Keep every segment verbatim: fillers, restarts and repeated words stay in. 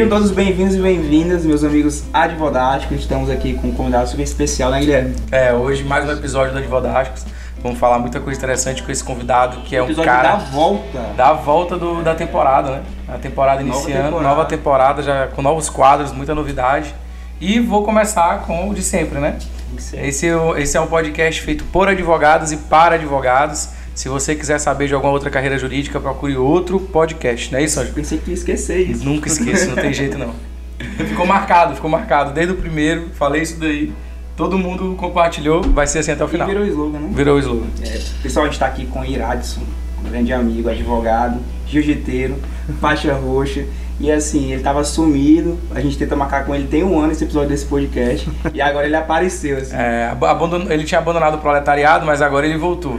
Sejam todos bem-vindos e bem-vindas, meus amigos advodásticos. Estamos aqui com um convidado super especial, né, Guilherme? É, hoje mais um episódio do Advodásticos. Vamos falar muita coisa interessante com esse convidado, que é um episódio cara... da volta. Da volta do, da temporada, né? A temporada Nova iniciando, temporada. nova temporada, já com novos quadros, muita novidade. E vou começar com o de sempre, né? Esse, esse é um podcast feito por advogados e para advogados. Se você quiser saber de alguma outra carreira jurídica, procure outro podcast, não é isso, Ângelo? Pensei que ia esquecer isso. Nunca esqueço, não tem jeito não. Ficou marcado, ficou marcado. Desde o primeiro, falei isso daí. Todo mundo compartilhou, vai ser assim até o final. E virou slogan, né? Virou o slogan. É, pessoal, a gente está aqui com o Iradson, um grande amigo, advogado, jiu-jiteiro, faixa roxa. E assim, ele tava sumido, a gente tenta marcar com ele, tem um ano esse episódio desse podcast, e agora ele apareceu, assim. É, abandonou, ele tinha abandonado o proletariado, mas agora ele voltou.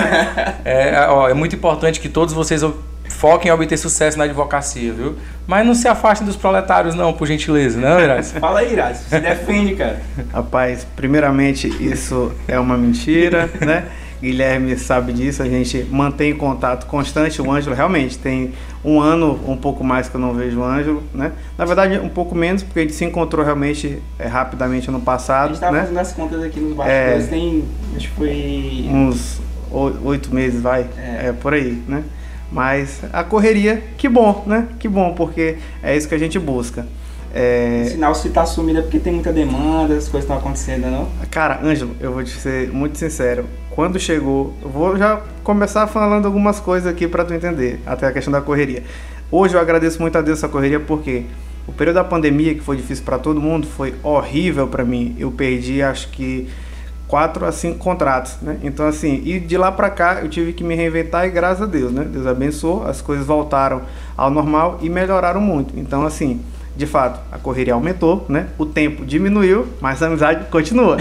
é, ó, é muito importante que todos vocês foquem em obter sucesso na advocacia, viu? Mas não se afastem dos proletários não, por gentileza, não, Iradson? Fala aí, Iradson, se defende, cara. Rapaz, primeiramente isso é uma mentira, né? Guilherme sabe disso, a gente mantém contato constante. O Ângelo realmente tem um ano, um pouco mais que eu não vejo o Ângelo, né? Na verdade, um pouco menos, porque a gente se encontrou realmente é, rapidamente ano passado. A gente tava né? fazendo as contas aqui nos bastidores, é, tem, acho que foi... uns oito meses, vai, é. é por aí, né? Mas a correria, que bom, né? Que bom, porque é isso que a gente busca. É... O sinal se tá sumido é porque tem muita demanda, as coisas estão acontecendo, não? Cara, Ângelo, eu vou te ser muito sincero. Quando chegou, eu vou já começar falando algumas coisas aqui para tu entender, até a questão da correria. Hoje eu agradeço muito a Deus essa correria porque o período da pandemia, que foi difícil para todo mundo, foi horrível para mim. Eu perdi, acho que quatro a cinco contratos, né? Então assim, e de lá para cá eu tive que me reinventar e graças a Deus, né? Deus abençoou, as coisas voltaram ao normal e melhoraram muito. Então assim, de fato, a correria aumentou, né? O tempo diminuiu, mas a amizade continua.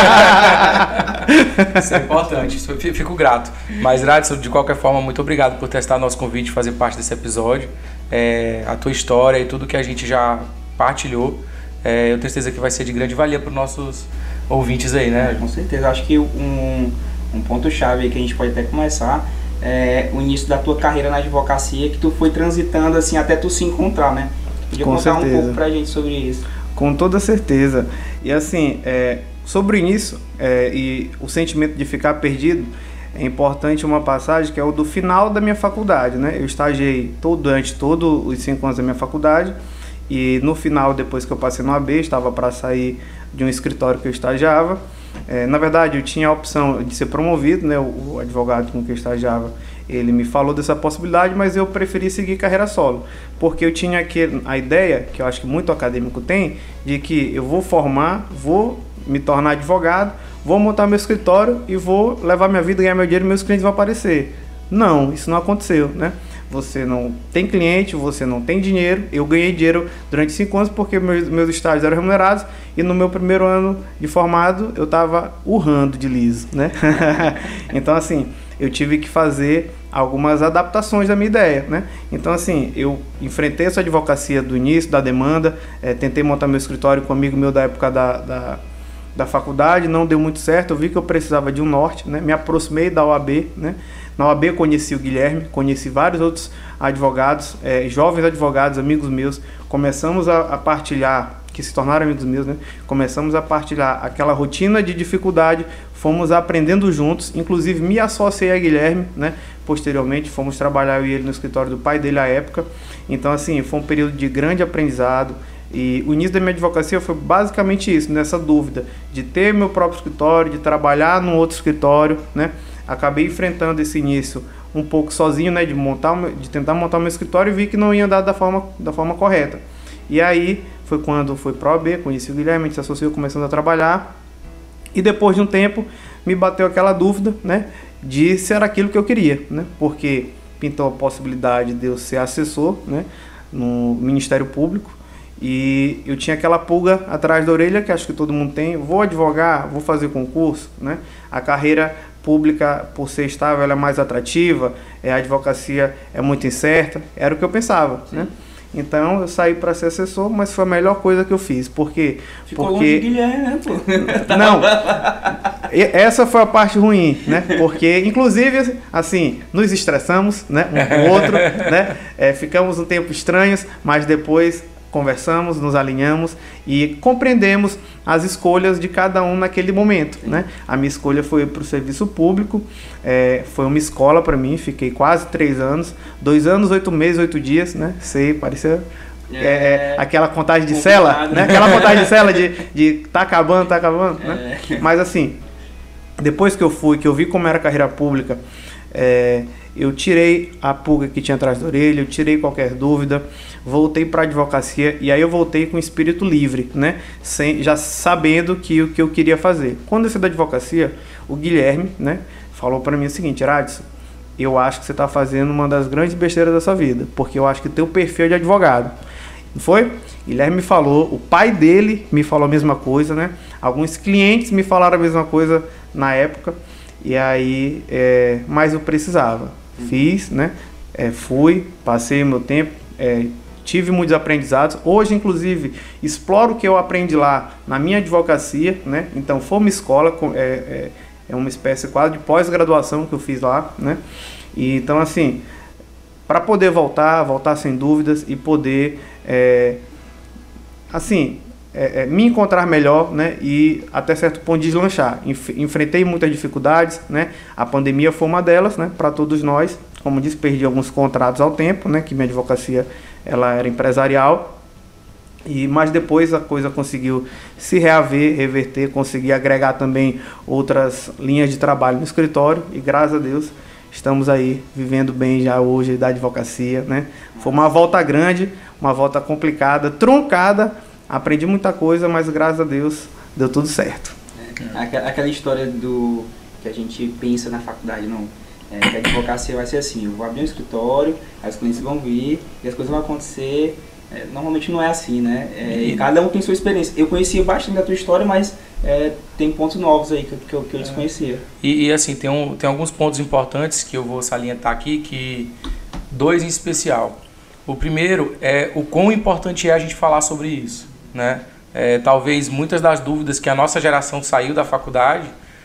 Isso é importante, isso, eu fico grato. Mas, Iradson, de qualquer forma, muito obrigado por testar nosso convite, fazer parte desse episódio. É, a tua história e tudo que a gente já partilhou, é, eu tenho certeza que vai ser de grande valia para os nossos ouvintes aí, né? É, com certeza, acho que um, um ponto-chave aí que a gente pode até começar é o início da tua carreira na advocacia, que tu foi transitando assim até tu se encontrar, né? Podia Com contar certeza. um pouco pra gente sobre isso. Com toda certeza. E assim, é, sobre o início é, e o sentimento de ficar perdido, é importante uma passagem que é o do final da minha faculdade, né? Eu estagiei todo, durante todos os cinco anos da minha faculdade e no final, depois que eu passei no A B, estava para sair de um escritório que eu estagiava. É, na verdade, eu tinha a opção de ser promovido, né? O, o advogado com que eu estagiava, ele me falou dessa possibilidade, mas eu preferi seguir carreira solo, porque eu tinha aqui a ideia, que eu acho que muito acadêmico tem, de que eu vou formar, vou me tornar advogado, vou montar meu escritório e vou levar minha vida, ganhar meu dinheiro e meus clientes vão aparecer. Não, isso não aconteceu, né? Você não tem cliente, você não tem dinheiro. Eu ganhei dinheiro durante cinco anos porque meus, meus estágios eram remunerados e no meu primeiro ano de formado eu estava urrando de liso, né? Então assim, eu tive que fazer algumas adaptações da minha ideia, né? Então assim, eu enfrentei essa advocacia do início, da demanda, é, tentei montar meu escritório com um amigo meu da época da, da, da faculdade, não deu muito certo, eu vi que eu precisava de um norte, né? Me aproximei da O A B, né? Na O A B eu conheci o Guilherme, conheci vários outros advogados, é, jovens advogados, amigos meus, começamos a, a partilhar, que se tornaram amigos meus, né? Começamos a partilhar aquela rotina de dificuldade, fomos aprendendo juntos, inclusive me associei a Guilherme, né? Posteriormente fomos trabalhar eu e ele no escritório do pai dele à época, então assim, foi um período de grande aprendizado. E o início da minha advocacia foi basicamente isso, nessa dúvida de ter meu próprio escritório, de trabalhar num outro escritório, né? Acabei enfrentando esse início um pouco sozinho, né? De, montar, de tentar montar meu escritório e vi que não ia dar da forma, da forma correta. E aí foi quando fui para a O A B, conheci o Guilherme, a gente se associou, começando a trabalhar. E depois de um tempo me bateu aquela dúvida, né? De se era aquilo que eu queria, né? Porque pintou a possibilidade de eu ser assessor, né? No Ministério Público. E eu tinha aquela pulga atrás da orelha, que acho que todo mundo tem. Vou advogar, vou fazer concurso, né? A carreira pública, por ser estável, ela é mais atrativa, a advocacia é muito incerta, era o que eu pensava, né? Então eu saí para ser assessor, mas foi a melhor coisa que eu fiz, porque... Ficou porque... longe de Guilherme, né, pô? Não, essa foi a parte ruim, né? Porque, inclusive, assim, nos estressamos, né? Um com o outro, né? É, ficamos um tempo estranhos, mas depois conversamos, nos alinhamos e compreendemos as escolhas de cada um naquele momento, né? A minha escolha foi para o serviço público, é, foi uma escola para mim, fiquei quase três anos, dois anos, oito meses, oito dias, né? Sei, parecia é, é, aquela contagem de cela, né? Aquela contagem de cela de, de tá acabando, tá acabando, né? É. Mas assim, depois que eu fui, que eu vi como era a carreira pública, é, eu tirei a pulga que tinha atrás da orelha, eu tirei qualquer dúvida, voltei para a advocacia e aí eu voltei com espírito livre, né? Sem, já sabendo que o que eu queria fazer. Quando eu saí da advocacia, o Guilherme, né, falou para mim o seguinte: Radisson, eu acho que você está fazendo uma das grandes besteiras da sua vida, porque eu acho que teu perfil é de advogado. Não foi? Guilherme me falou, o pai dele me falou a mesma coisa, né? Alguns clientes me falaram a mesma coisa na época. E aí, é, mas eu precisava. Fiz, né? É, fui, passei meu tempo, é, tive muitos aprendizados. Hoje, inclusive, exploro o que eu aprendi lá na minha advocacia, né? Então, foi uma escola, é, é, é uma espécie quase de pós-graduação que eu fiz lá, né? E, então, assim, para poder voltar, voltar sem dúvidas e poder, é, assim... É, é, me encontrar melhor, né, e até certo ponto deslanchar. Enf enfrentei muitas dificuldades, né, a pandemia foi uma delas, né, para todos nós. Como disse, perdi alguns contratos ao tempo, né, que minha advocacia ela era empresarial, e mas depois a coisa conseguiu se reaver, reverter, consegui agregar também outras linhas de trabalho no escritório e graças a Deus estamos aí vivendo bem já hoje da advocacia, né. Foi uma volta grande, uma volta complicada, truncada. Aprendi muita coisa, mas graças a Deus deu tudo certo. É, aquela história do que a gente pensa na faculdade, não. É, que a advocacia vai ser assim, eu vou abrir um escritório, as clientes vão vir e as coisas vão acontecer. É, normalmente não é assim, né? É, e cada um tem sua experiência. Eu conhecia bastante da tua história, mas é, tem pontos novos aí que, que, eu, que eu desconhecia. E, e assim, tem, um, tem alguns pontos importantes que eu vou salientar aqui, que dois em especial. O primeiro é o quão importante é a gente falar sobre isso. Né? É, talvez muitas das dúvidas que a nossa geração saiu da faculdade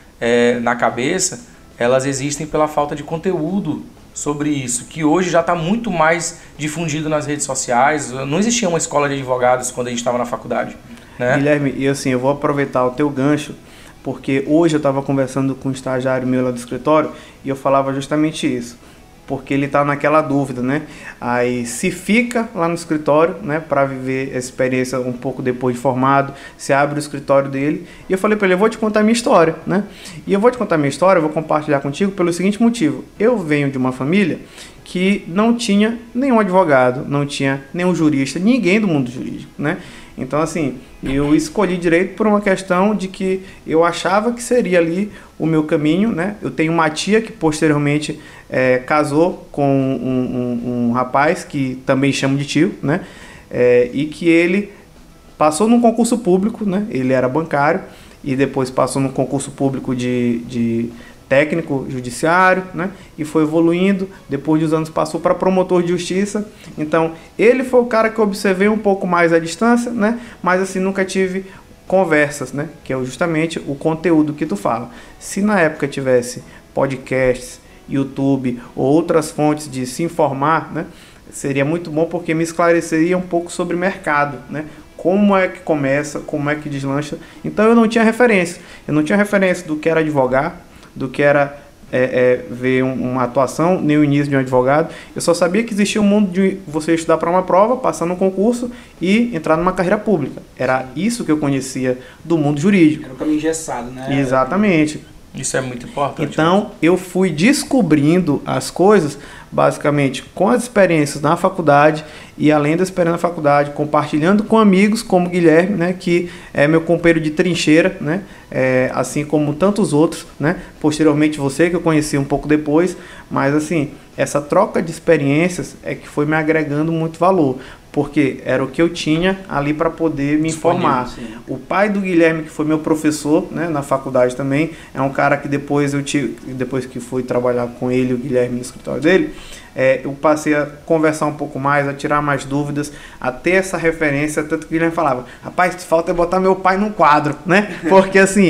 é, na cabeça, elas existem pela falta de conteúdo sobre isso, que hoje já está muito mais difundido nas redes sociais. Não existia uma escola de advogados quando a gente estava na faculdade, né? Guilherme, e assim, eu vou aproveitar o teu gancho, porque hoje eu estava conversando com um estagiário meu lá do escritório e eu falava justamente isso. Porque ele está naquela dúvida, né? Aí se fica lá no escritório, né, para viver essa experiência um pouco depois de formado, se abre o escritório dele. E eu falei para ele, eu vou te contar a minha história, né? E eu vou te contar a minha história, eu vou compartilhar contigo pelo seguinte motivo. Eu venho de uma família que não tinha nenhum advogado, não tinha nenhum jurista, ninguém do mundo jurídico, né? Então, assim, eu escolhi direito por uma questão de que eu achava que seria ali o meu caminho, né? Eu tenho uma tia que posteriormente é, casou com um, um, um rapaz que também chamo de tio, né? É, e que ele passou num concurso público, né? Ele era bancário e depois passou num concurso público de... de técnico judiciário, né? E foi evoluindo, depois de uns anos passou para promotor de justiça. Então, ele foi o cara que eu observei um pouco mais à distância, né? Mas assim, nunca tive conversas, né? Que é justamente o conteúdo que tu fala. Se na época tivesse podcasts, YouTube ou outras fontes de se informar, né? Seria muito bom porque me esclareceria um pouco sobre mercado, né? Como é que começa, como é que deslancha. Então, eu não tinha referência. Eu não tinha referência do que era advogar, do que era é, é, ver um, uma atuação, nem o início de um advogado. Eu só sabia que existia um mundo de você estudar para uma prova, passar num concurso e entrar numa carreira pública. Era isso que eu conhecia do mundo jurídico. Era um caminho engessado, né? Exatamente. Isso é muito importante. Então, eu fui descobrindo as coisas, basicamente, com as experiências na faculdade e além da experiência na faculdade, compartilhando com amigos como o Guilherme, né, que é meu companheiro de trincheira, né, é, assim como tantos outros, né, posteriormente você, que eu conheci um pouco depois, mas assim, essa troca de experiências é que foi me agregando muito valor, porque era o que eu tinha ali para poder me informar. Sim. O pai do Guilherme, que foi meu professor, né, na faculdade também, é um cara que depois eu tive, depois que fui trabalhar com ele, o Guilherme, no escritório dele, é, eu passei a conversar um pouco mais, a tirar mais dúvidas, a ter essa referência, tanto que o Guilherme falava, rapaz, falta é botar meu pai num quadro, né? Porque assim,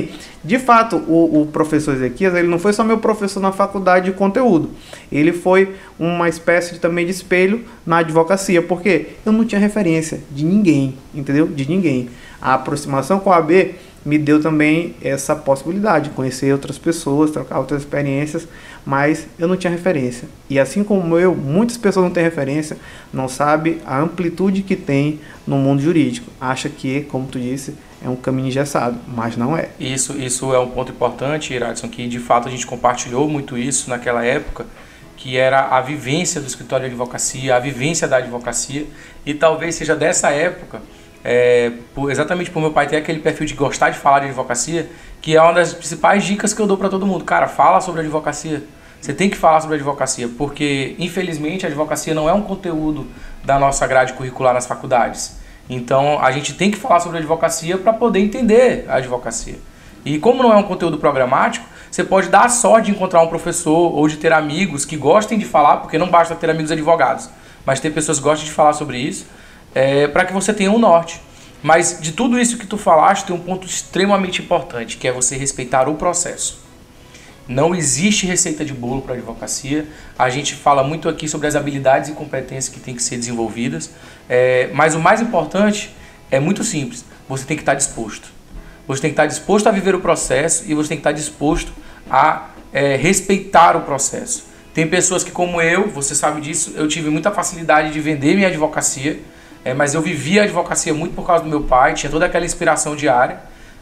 de fato, o, o professor Ezequias, ele não foi só meu professor na faculdade de conteúdo. Ele foi uma espécie de, também de espelho na advocacia, porque eu não tinha referência de ninguém, entendeu? De ninguém. A aproximação com a A B me deu também essa possibilidade de conhecer outras pessoas, trocar outras experiências, mas eu não tinha referência. E assim como eu, muitas pessoas não têm referência, não sabem a amplitude que tem no mundo jurídico. Acha que, como tu disse, é um caminho engessado, mas não é. Isso, isso é um ponto importante, Iradson, que de fato a gente compartilhou muito isso naquela época, que era a vivência do escritório de advocacia, a vivência da advocacia, e talvez seja dessa época, é, por, exatamente por meu pai ter aquele perfil de gostar de falar de advocacia, que é uma das principais dicas que eu dou para todo mundo. Cara, fala sobre advocacia. Você tem que falar sobre advocacia, porque infelizmente a advocacia não é um conteúdo da nossa grade curricular nas faculdades. Então a gente tem que falar sobre advocacia para poder entender a advocacia. E como não é um conteúdo programático, você pode dar a sorte de encontrar um professor ou de ter amigos que gostem de falar, porque não basta ter amigos advogados, mas ter pessoas que gostem de falar sobre isso, é, para que você tenha um norte. Mas de tudo isso que tu falaste, tem um ponto extremamente importante, que é você respeitar o processo. Não existe receita de bolo para a advocacia. A gente fala muito aqui sobre as habilidades e competências que têm que ser desenvolvidas, é, mas o mais importante é muito simples. Você tem que estar disposto. Você tem que estar disposto a viver o processo e você tem que estar disposto a é, respeitar o processo. Tem pessoas que, como eu, você sabe disso, eu tive muita facilidade de vender minha advocacia, é, mas eu vivia a advocacia muito por causa do meu pai, tinha toda aquela inspiração diária,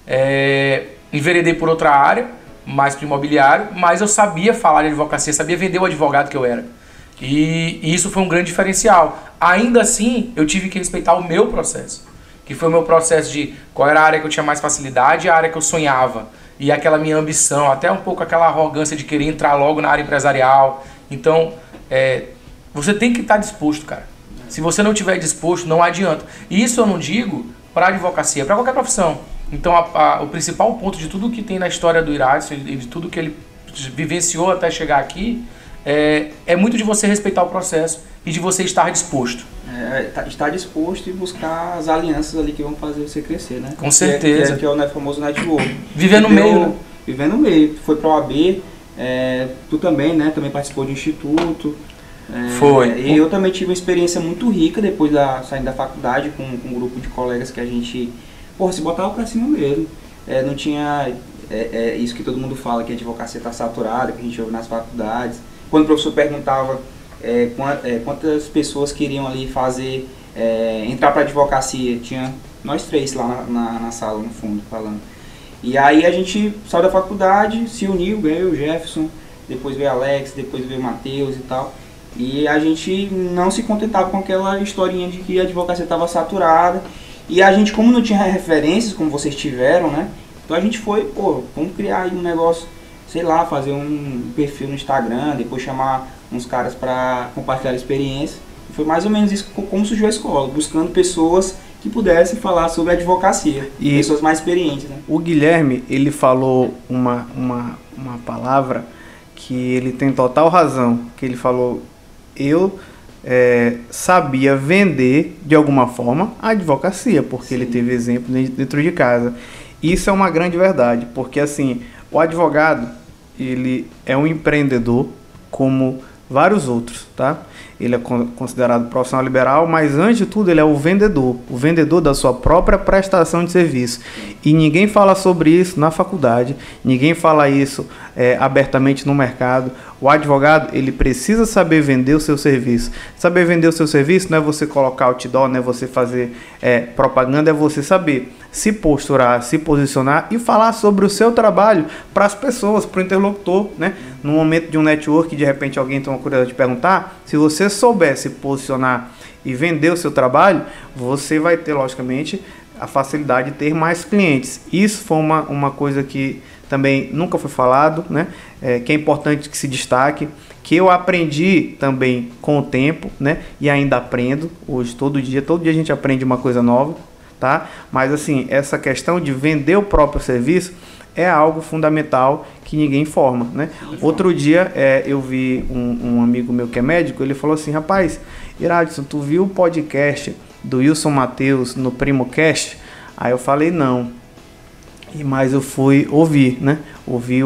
é, enveredei por outra área, mais para o imobiliário, mas eu sabia falar de advocacia, sabia vender o advogado que eu era. E, e isso foi um grande diferencial. Ainda assim, eu tive que respeitar o meu processo, que foi o meu processo de qual era a área que eu tinha mais facilidade e a área que eu sonhava. E aquela minha ambição, até um pouco aquela arrogância de querer entrar logo na área empresarial. Então, é, você tem que estar disposto, cara. Se você não estiver disposto, não adianta. E isso eu não digo para a advocacia, para qualquer profissão. Então, a, a, o principal ponto de tudo que tem na história do Iradson e de tudo que ele vivenciou até chegar aqui é, é muito de você respeitar o processo e de você estar disposto. É, estar disposto e buscar as alianças ali que vão fazer você crescer, né? Com certeza. Que é, que é o famoso network. Viver no meio, né? Viver no meio. Foi para o A B, é, tu também, né? Também participou de instituto. É, Foi. E eu também tive uma experiência muito rica depois da saindo da faculdade com, com um grupo de colegas que a gente, porra, se botava pra cima mesmo. É, não tinha é, é, isso que todo mundo fala, que a advocacia está saturada, que a gente ouve nas faculdades. Quando o professor perguntava é, quantas pessoas queriam ali fazer, é, entrar para advocacia, tinha nós três lá na, na, na sala, no fundo, falando. E aí a gente saiu da faculdade, se uniu, veio o Jefferson, depois veio Alex, depois veio o Matheus e tal. E a gente não se contentava com aquela historinha de que a advocacia estava saturada. E a gente, como não tinha referências, como vocês tiveram, né? Então a gente foi, pô, vamos criar aí um negócio, sei lá, fazer um perfil no Instagram, depois chamar uns caras para compartilhar a experiência. E foi mais ou menos isso como surgiu a escola, buscando pessoas que pudessem falar sobre advocacia, e pessoas mais experientes, né? O Guilherme, ele falou uma, uma, uma palavra que ele tem total razão, que ele falou, eu é, sabia vender de alguma forma a advocacia, porque Sim. ele teve exemplo dentro de casa. Isso é uma grande verdade, porque assim, o advogado, ele é um empreendedor como vários outros, tá? Ele é considerado profissional liberal, mas antes de tudo ele é o vendedor, o vendedor da sua própria prestação de serviço. E ninguém fala sobre isso na faculdade, ninguém fala isso é, abertamente no mercado. O advogado, ele precisa saber vender o seu serviço. Saber vender o seu serviço não é você colocar outdoor, não é você fazer é, propaganda, é você saber se posturar, se posicionar e falar sobre o seu trabalho para as pessoas, para o interlocutor, né? No momento de um network, de repente alguém tem uma curiosidade de perguntar, se você souber se posicionar e vender o seu trabalho, você vai ter, logicamente, a facilidade de ter mais clientes. Isso foi uma, uma coisa que também nunca foi falado, né? É, que é importante que se destaque, que eu aprendi também com o tempo, né? E ainda aprendo, hoje, todo dia, todo dia a gente aprende uma coisa nova, tá? Mas assim, essa questão de vender o próprio serviço é algo fundamental que ninguém informa, né? Outro dia é, eu vi um, um amigo meu que é médico, ele falou assim, rapaz, Iradson, tu viu o podcast do Wilson Matheus no PrimoCast? Aí eu falei, não. e mais eu fui ouvir, né? Ouvir o,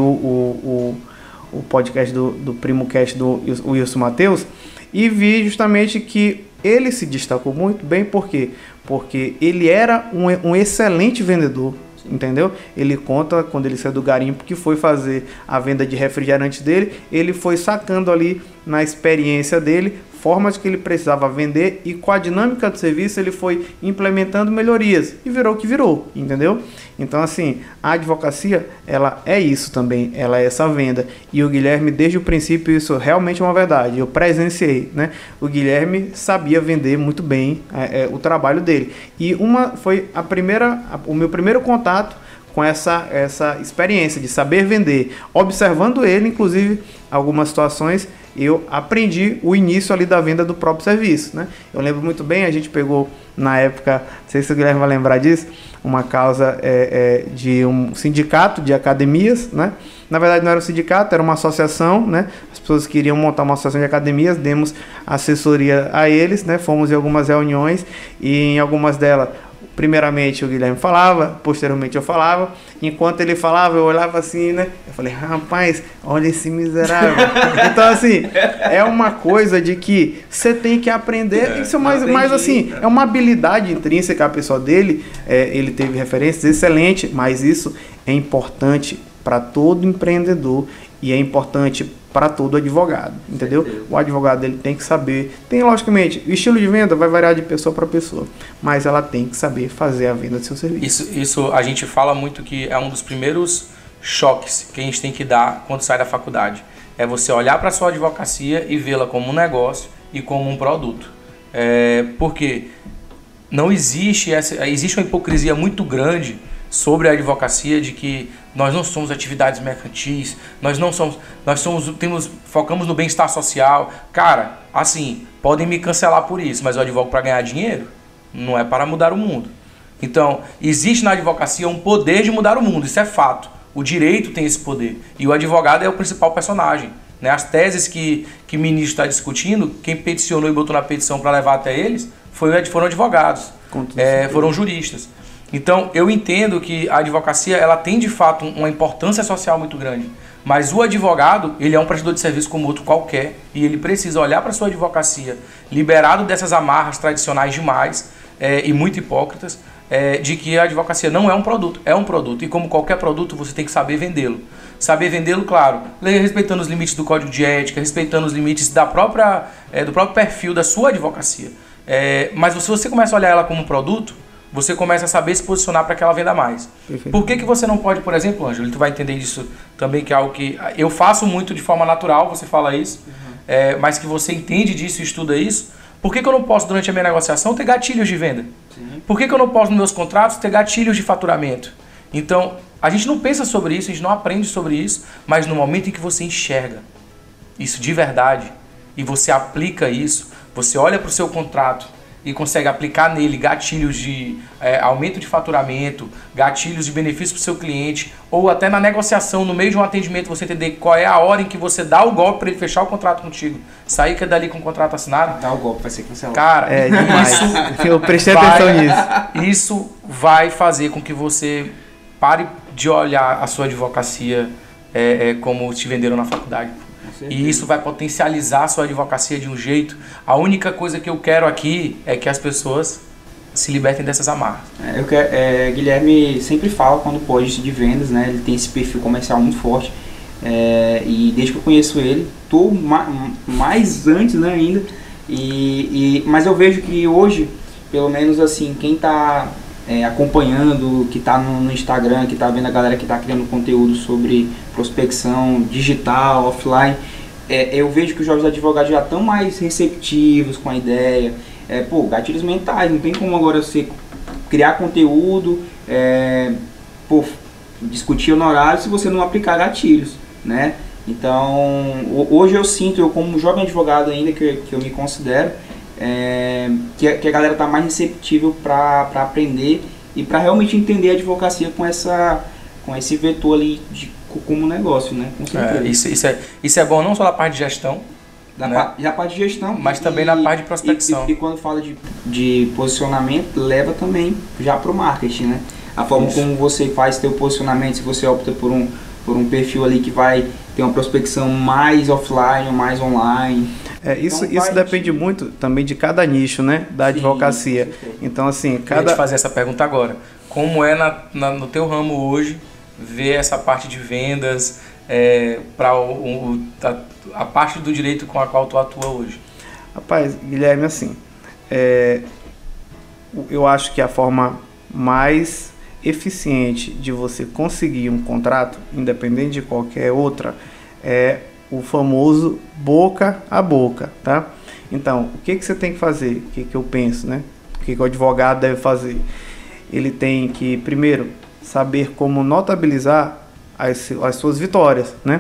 o, o, o podcast do, do PrimoCast do Wilson Matheus e vi justamente que ele se destacou muito bem, por quê? Porque ele era um, um excelente vendedor, entendeu? Ele conta quando ele saiu do garimpo que foi fazer a venda de refrigerante dele, ele foi sacando ali na experiência dele formas que ele precisava vender e com a dinâmica do serviço ele foi implementando melhorias e virou o que virou, entendeu? Então assim, a advocacia ela é isso também, ela é essa venda e o Guilherme desde o princípio isso realmente é uma verdade, eu presenciei, né? O Guilherme sabia vender muito bem é, é, o trabalho dele e uma foi a primeira, a, o meu primeiro contato com essa, essa experiência de saber vender, observando ele, inclusive, algumas situações, eu aprendi o início ali da venda do próprio serviço, né? Eu lembro muito bem, a gente pegou, na época, não sei se o Guilherme vai lembrar disso, uma causa é, é, de um sindicato de academias, né? Na verdade não era um sindicato, era uma associação, né? As pessoas queriam montar uma associação de academias, demos assessoria a eles, né? Fomos em algumas reuniões e em algumas delas, primeiramente o Guilherme falava, posteriormente eu falava, enquanto ele falava eu olhava assim, né, eu falei, rapaz, olha esse miserável. Então assim, é uma coisa de que você tem que aprender, é, isso mais, mais assim, é uma habilidade intrínseca à pessoa dele, é, ele teve referências excelentes, mas isso é importante para todo empreendedor e é importante para todo advogado, entendeu? O advogado ele tem que saber, tem logicamente, o estilo de venda vai variar de pessoa para pessoa, mas ela tem que saber fazer a venda do seu serviço. Isso, isso a gente fala muito que é um dos primeiros choques que a gente tem que dar quando sai da faculdade. É você olhar para a sua advocacia e vê-la como um negócio e como um produto. É, porque não existe, essa, existe uma hipocrisia muito grande sobre a advocacia de que nós não somos atividades mercantis, nós não somos, nós somos, temos, focamos no bem-estar social. Cara, assim, podem me cancelar por isso, mas eu advogo para ganhar dinheiro, não é para mudar o mundo. Então, existe na advocacia um poder de mudar o mundo, isso é fato. O direito tem esse poder e o advogado é o principal personagem. Né? As teses que, que o ministro está discutindo, quem peticionou e botou na petição para levar até eles foi, foram advogados, é, foram juristas. Então, eu entendo que a advocacia ela tem de fato uma importância social muito grande, mas o advogado ele é um prestador de serviço como outro qualquer e ele precisa olhar para a sua advocacia liberado dessas amarras tradicionais demais é, e muito hipócritas, é, de que a advocacia não é um produto, é um produto e como qualquer produto você tem que saber vendê-lo. Saber vendê-lo, claro, respeitando os limites do código de ética, respeitando os limites da própria, é, do próprio perfil da sua advocacia. É, mas se você começa a olhar ela como um produto, você começa a saber se posicionar para que ela venda mais. Perfeito. Por que, que você não pode, por exemplo, Ângelo, tu vai entender isso também, que é algo que eu faço muito de forma natural, você fala isso, uhum. é, mas que você entende disso e estuda isso. Por que, que eu não posso, durante a minha negociação, ter gatilhos de venda? Sim. Por que, que eu não posso, nos meus contratos, ter gatilhos de faturamento? Então, a gente não pensa sobre isso, a gente não aprende sobre isso, mas no momento em que você enxerga isso de verdade e você aplica isso, você olha para o seu contrato e consegue aplicar nele gatilhos de é, aumento de faturamento, gatilhos de benefício para o seu cliente, ou até na negociação, no meio de um atendimento, você entender qual é a hora em que você dá o golpe para ele fechar o contrato contigo, sair dali com o contrato assinado. Dá o golpe, vai ser cancelado. Cara, é demais. Isso eu prestei vai, atenção nisso. Isso vai fazer com que você pare de olhar a sua advocacia é, é, como te venderam na faculdade. E isso vai potencializar a sua advocacia de um jeito. A única coisa que eu quero aqui é que as pessoas se libertem dessas amarras. É, eu quero, é, Guilherme sempre fala quando pode de vendas, né? Ele tem esse perfil comercial muito forte. É, e desde que eu conheço ele, tô ma mais antes, né, ainda. E, e, mas eu vejo que hoje, pelo menos assim, quem está é, acompanhando, que está no, no Instagram, que está vendo a galera que está criando conteúdo sobre prospecção digital, offline, é, eu vejo que os jovens advogados já estão mais receptivos com a ideia. É, pô, gatilhos mentais, não tem como agora você criar conteúdo, é, pô, discutir honorário se você não aplicar gatilhos, né? Então, hoje eu sinto, eu como jovem advogado ainda, que, que eu me considero, é, que, a, que a galera está mais receptível para aprender e para realmente entender a advocacia com, essa, com esse vetor ali de, como negócio, né? Com certeza. É, isso, isso, é, isso é bom não só na parte de gestão, Da, né? pa, da parte de gestão, mas e, também na parte de prospecção. E, e, e quando fala de, de posicionamento, leva também já para o marketing, né? a forma Isso. como você faz seu posicionamento, se você opta por um, por um perfil ali que vai ter uma prospecção mais offline ou mais online. É, isso então, isso depende muito também de cada nicho, né, da advocacia. Sim, então, assim, cada... Eu ia te fazer essa pergunta agora. Como é na, na, no teu ramo hoje ver essa parte de vendas é, para a, a parte do direito com a qual tu atua hoje? Rapaz, Guilherme, assim, é, eu acho que a forma mais eficiente de você conseguir um contrato, independente de qualquer outra, é o famoso boca a boca, tá? Então, o que que você tem que fazer? O que que eu penso, né? O que que o advogado deve fazer? Ele tem que, primeiro, saber como notabilizar as, as suas vitórias, né?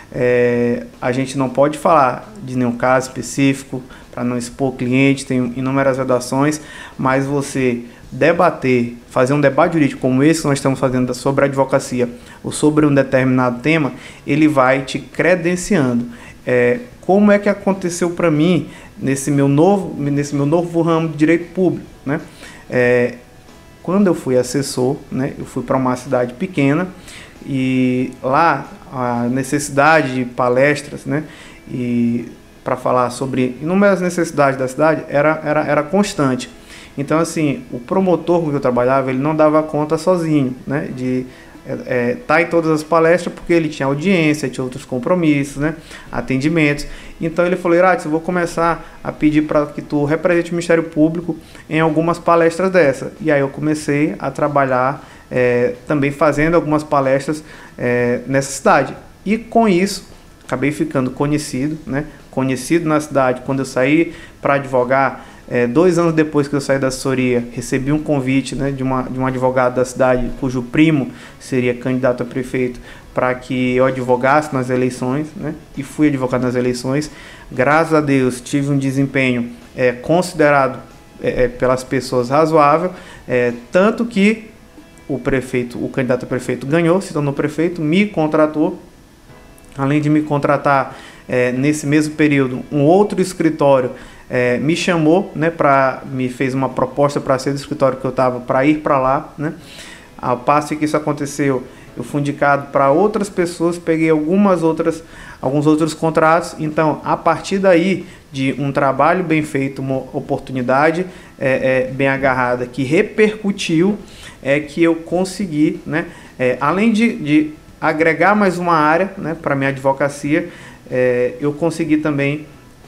É, a gente não pode falar de nenhum caso específico para não expor o cliente, tem inúmeras vedações, mas você debater, fazer um debate jurídico como esse que nós estamos fazendo sobre a advocacia ou sobre um determinado tema, ele vai te credenciando. É, como é que aconteceu para mim nesse meu novo, nesse meu novo ramo de direito público, né? É, quando eu fui assessor, né, eu fui para uma cidade pequena e lá a necessidade de palestras, né, e para falar sobre inúmeras necessidades da cidade era, era, era constante. Então, assim, o promotor com que eu trabalhava, ele não dava conta sozinho, né, de estar é, tá em todas as palestras, porque ele tinha audiência, tinha outros compromissos, né, atendimentos. Então ele falou: Irates, eu vou começar a pedir para que tu represente o Ministério Público em algumas palestras dessa. E aí eu comecei a trabalhar é, também fazendo algumas palestras é, nessa cidade. E com isso, acabei ficando conhecido, né, conhecido na cidade. Quando eu saí para advogar, É, dois anos depois que eu saí da assessoria, recebi um convite, né, de, uma, de um advogado da cidade, cujo primo seria candidato a prefeito, para que eu advogasse nas eleições, né, e fui advogado nas eleições. Graças a Deus, tive um desempenho é, considerado é, pelas pessoas razoável, é, tanto que o prefeito, o candidato a prefeito ganhou, se tornou prefeito, me contratou. Além de me contratar, é, nesse mesmo período, um outro escritório É, me chamou, né, pra, me fez uma proposta para ser do escritório que eu estava, para ir para lá, né. Ao passo que isso aconteceu, eu fui indicado para outras pessoas, peguei algumas outras, alguns outros contratos. Então, a partir daí, de um trabalho bem feito, uma oportunidade é, é, bem agarrada, que repercutiu, é que eu consegui, né, é, além de, de agregar mais uma área, né, para minha advocacia, é, eu consegui também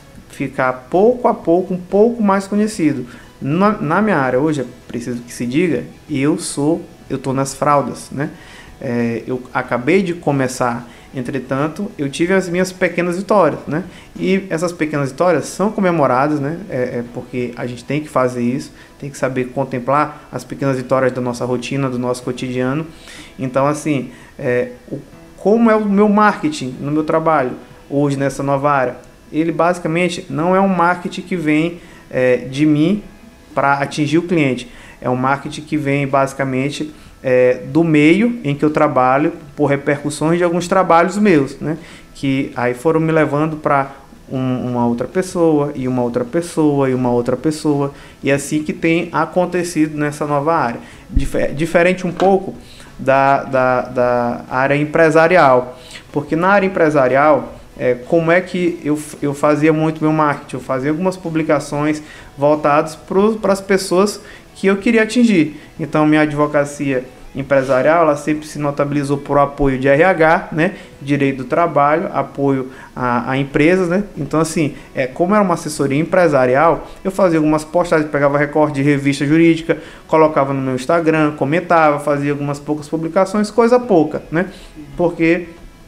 ficar pouco a pouco um pouco mais conhecido. Na, na minha área hoje, é preciso que se diga, eu sou, eu estou nas fraldas, né? É, eu acabei de começar, entretanto, eu tive as minhas pequenas vitórias, né? E essas pequenas vitórias são comemoradas, né? É, é porque a gente tem que fazer isso, tem que saber contemplar as pequenas vitórias da nossa rotina, do nosso cotidiano. Então, assim, é, o, como é o meu marketing no meu trabalho hoje nessa nova área? Ele basicamente não é um marketing que vem é, de mim para atingir o cliente. É um marketing que vem basicamente é, do meio em que eu trabalho, por repercussões de alguns trabalhos meus, né? Que aí foram me levando para um, uma outra pessoa, e uma outra pessoa, e uma outra pessoa. E é assim que tem acontecido nessa nova área. Dif- diferente um pouco da, da, da área empresarial. Porque na área empresarial, É, como é que eu, eu fazia muito meu marketing? Eu fazia algumas publicações voltadas para as pessoas que eu queria atingir. Então, minha advocacia empresarial, ela sempre se notabilizou por apoio de R H, né, direito do trabalho, apoio a, a empresas, né. Então, assim, é, como era uma assessoria empresarial, eu fazia algumas postagens, pegava recorte de revista jurídica, colocava no meu Instagram, comentava, fazia algumas poucas publicações, coisa pouca, né, porque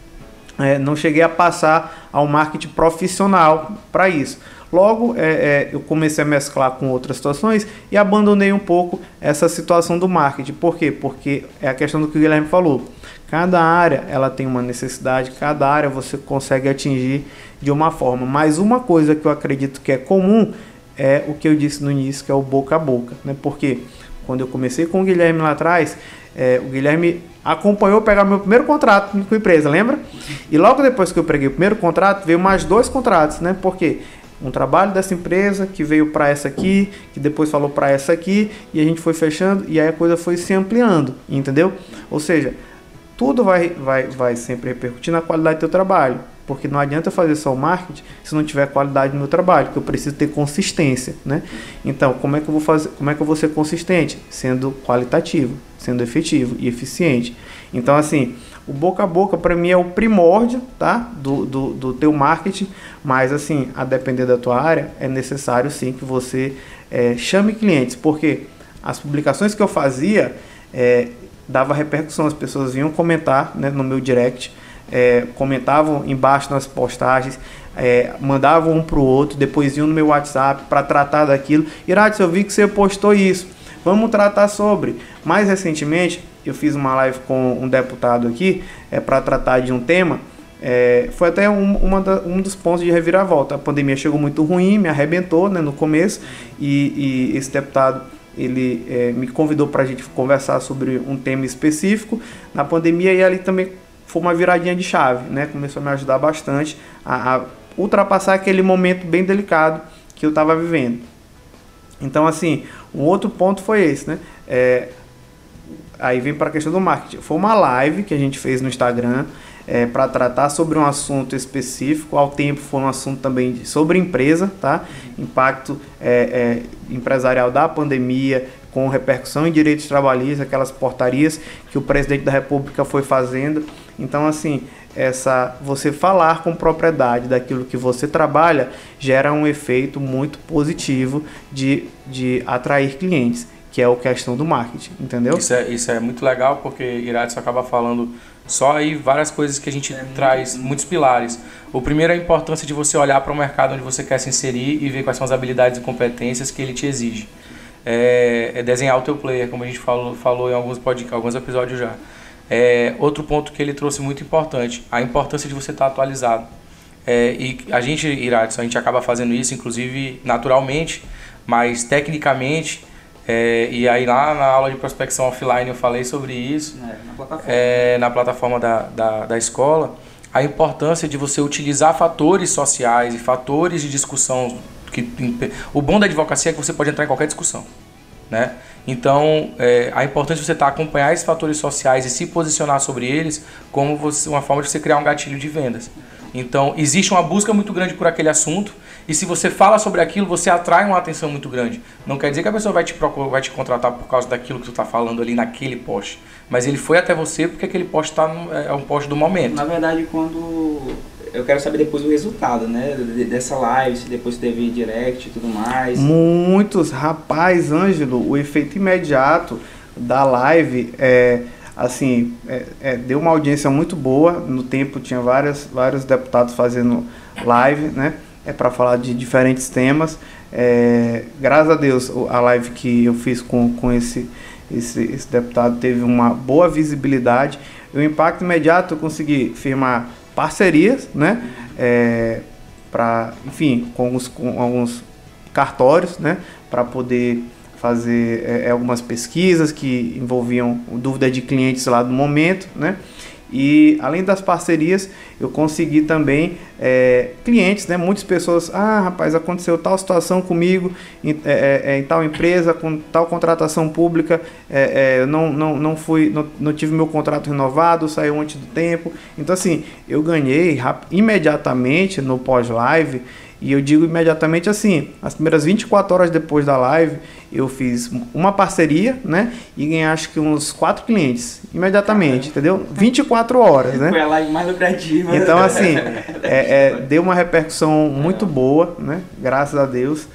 É, não cheguei a passar ao marketing profissional para isso. Logo, é, é, eu comecei a mesclar com outras situações e abandonei um pouco essa situação do marketing. Por quê? Porque é a questão do que o Guilherme falou. Cada área ela tem uma necessidade, cada área você consegue atingir de uma forma. Mas uma coisa que eu acredito que é comum é o que eu disse no início, que é o boca a boca, né? Porque quando eu comecei com o Guilherme lá atrás, é, o Guilherme acompanhou pegar meu primeiro contrato com a empresa, lembra? E logo depois que eu peguei o primeiro contrato, veio mais dois contratos, né? Porque um trabalho dessa empresa que veio para essa aqui, que depois falou para essa aqui, e a gente foi fechando e aí a coisa foi se ampliando, entendeu? Ou seja, tudo vai, vai, vai sempre repercutir na qualidade do teu trabalho, porque não adianta eu fazer só o marketing se não tiver qualidade no meu trabalho, porque eu preciso ter consistência, né? Então, como é que eu vou fazer, como é que eu vou ser consistente? Sendo qualitativo, sendo efetivo e eficiente. Então, assim, o boca a boca para mim é o primórdio, tá? Do, do, do teu marketing, mas assim, a depender da tua área, é necessário sim que você é, chame clientes, porque as publicações que eu fazia é, dava repercussão, as pessoas vinham comentar, né, no meu direct, é, comentavam embaixo nas postagens, é, mandavam um para o outro, depois iam no meu WhatsApp para tratar daquilo. Irates, eu vi que você postou isso, vamos tratar sobre. Mais recentemente, eu fiz uma live com um deputado aqui, é, para tratar de um tema, é, foi até um, uma da, um dos pontos de reviravolta. A pandemia chegou muito ruim, me arrebentou, né, no começo, e, e esse deputado, ele é, me convidou para a gente conversar sobre um tema específico na pandemia, e ali também foi uma viradinha de chave, né, começou a me ajudar bastante a, a ultrapassar aquele momento bem delicado que eu estava vivendo. Então, assim, um outro ponto foi esse, né, é, aí vem para a questão do marketing. Foi uma live que a gente fez no Instagram é, para tratar sobre um assunto específico. Ao tempo foi um assunto também sobre empresa, tá? Impacto é, é, empresarial da pandemia, com repercussão em direitos trabalhistas, aquelas portarias que o presidente da República foi fazendo. Então, assim, essa, você falar com propriedade daquilo que você trabalha gera um efeito muito positivo de, de atrair clientes, que é a questão do marketing, entendeu? Isso é, isso é muito legal, porque Irates acaba falando só aí várias coisas que a gente é traz, muito... muitos pilares. O primeiro é a importância de você olhar para o mercado onde você quer se inserir e ver quais são as habilidades e competências que ele te exige. É, é desenhar o teu player, como a gente falou, falou em alguns, pod, alguns episódios já. É, outro ponto que ele trouxe muito importante, a importância de você estar atualizado. É, e a gente, Irates, a gente acaba fazendo isso, inclusive naturalmente, mas tecnicamente. É, e aí lá na aula de prospecção offline eu falei sobre isso, é, na plataforma, é, na plataforma da, da, da escola, a importância de você utilizar fatores sociais e fatores de discussão. Que, o bom da advocacia é que você pode entrar em qualquer discussão, né? Então, é, a importância de você estar acompanhar esses fatores sociais e se posicionar sobre eles como você, uma forma de você criar um gatilho de vendas. Então, existe uma busca muito grande por aquele assunto, e se você fala sobre aquilo, você atrai uma atenção muito grande. Não quer dizer que a pessoa vai te, procurar, vai te contratar por causa daquilo que tu está falando ali naquele post, mas ele foi até você porque aquele post tá no, é um post do momento. Na verdade, quando eu quero saber depois o resultado, né, dessa live, se depois teve direct e tudo mais. Muitos, rapaz, Ângelo, o efeito imediato da live é... Assim, é, é, deu uma audiência muito boa. No tempo tinha várias, vários deputados fazendo live, né? É, para falar de diferentes temas. É, graças a Deus, a live que eu fiz com, com esse, esse, esse deputado teve uma boa visibilidade. E o impacto imediato, eu consegui firmar parcerias, né? É, pra, enfim, com alguns, com alguns cartórios, né? Para poder fazer é, algumas pesquisas que envolviam dúvida de clientes lá do momento, né? E além das parcerias, eu consegui também é, clientes, né? Muitas pessoas, ah, rapaz, aconteceu tal situação comigo em, é, é, em tal empresa, com tal contratação pública, é, é, não, não, não, fui, não, não tive meu contrato renovado, saiu antes do tempo. Então, assim, eu ganhei imediatamente no pós-live. E eu digo imediatamente assim, as primeiras vinte e quatro horas depois da live, eu fiz uma parceria, né? E ganhei acho que uns quatro clientes, imediatamente, entendeu? vinte e quatro horas, né? Foi a live mais lucrativa. Então, assim, é, é, deu uma repercussão muito boa, né? Graças a Deus.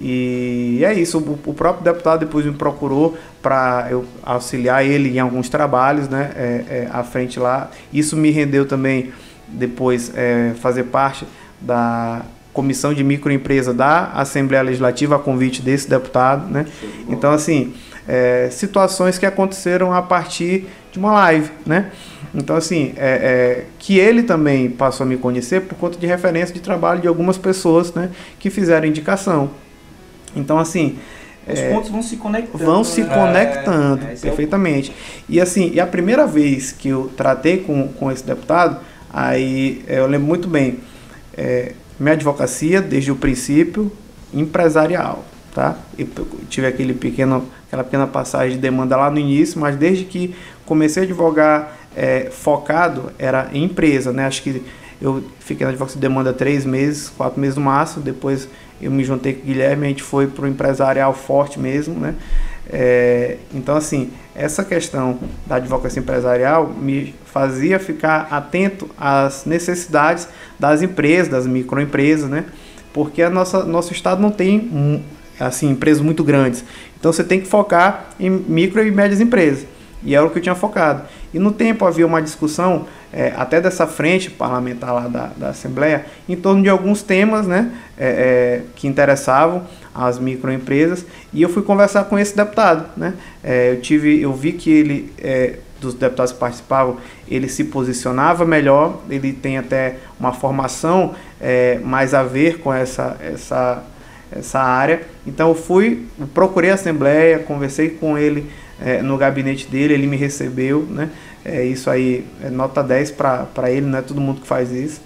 E é isso, o, o próprio deputado depois me procurou para eu auxiliar ele em alguns trabalhos, né? É, é, à frente lá. Isso me rendeu também depois é, fazer parte da Comissão de Microempresa da Assembleia Legislativa a convite desse deputado, né? Então, assim, é, situações que aconteceram a partir de uma live, né? Então, assim, é, é, que ele também passou a me conhecer por conta de referência de trabalho de algumas pessoas, né? Que fizeram indicação. Então, assim... Os é, pontos vão se conectando. Vão se né? conectando, é, perfeitamente. E, assim, e a primeira vez que eu tratei com, com esse deputado, aí eu lembro muito bem... É, minha advocacia, desde o princípio, empresarial, tá? Eu tive aquele pequeno, aquela pequena passagem de demanda lá no início, mas desde que comecei a advogar é, focado, era em empresa, né? Acho que eu fiquei na advocacia de demanda três meses, quatro meses no máximo, depois eu me juntei com o Guilherme, a gente foi para o empresarial forte mesmo, né? É, então, assim, essa questão da advocacia empresarial me fazia ficar atento às necessidades das empresas, das microempresas, né? Porque a nossa, nosso estado não tem, assim, empresas muito grandes. Então, você tem que focar em micro e médias empresas. E era o que eu tinha focado. E no tempo havia uma discussão, é, até dessa frente parlamentar lá da, da Assembleia, em torno de alguns temas, né, é, é, que interessavam as microempresas, e eu fui conversar com esse deputado, né? É, eu, tive, eu vi que ele, é, dos deputados que participavam, ele se posicionava melhor, ele tem até uma formação é, mais a ver com essa, essa, essa área. Então eu fui, procurei a Assembleia, conversei com ele é, no gabinete dele, ele me recebeu, né? É, isso aí é nota dez para ele, não é todo mundo que faz isso.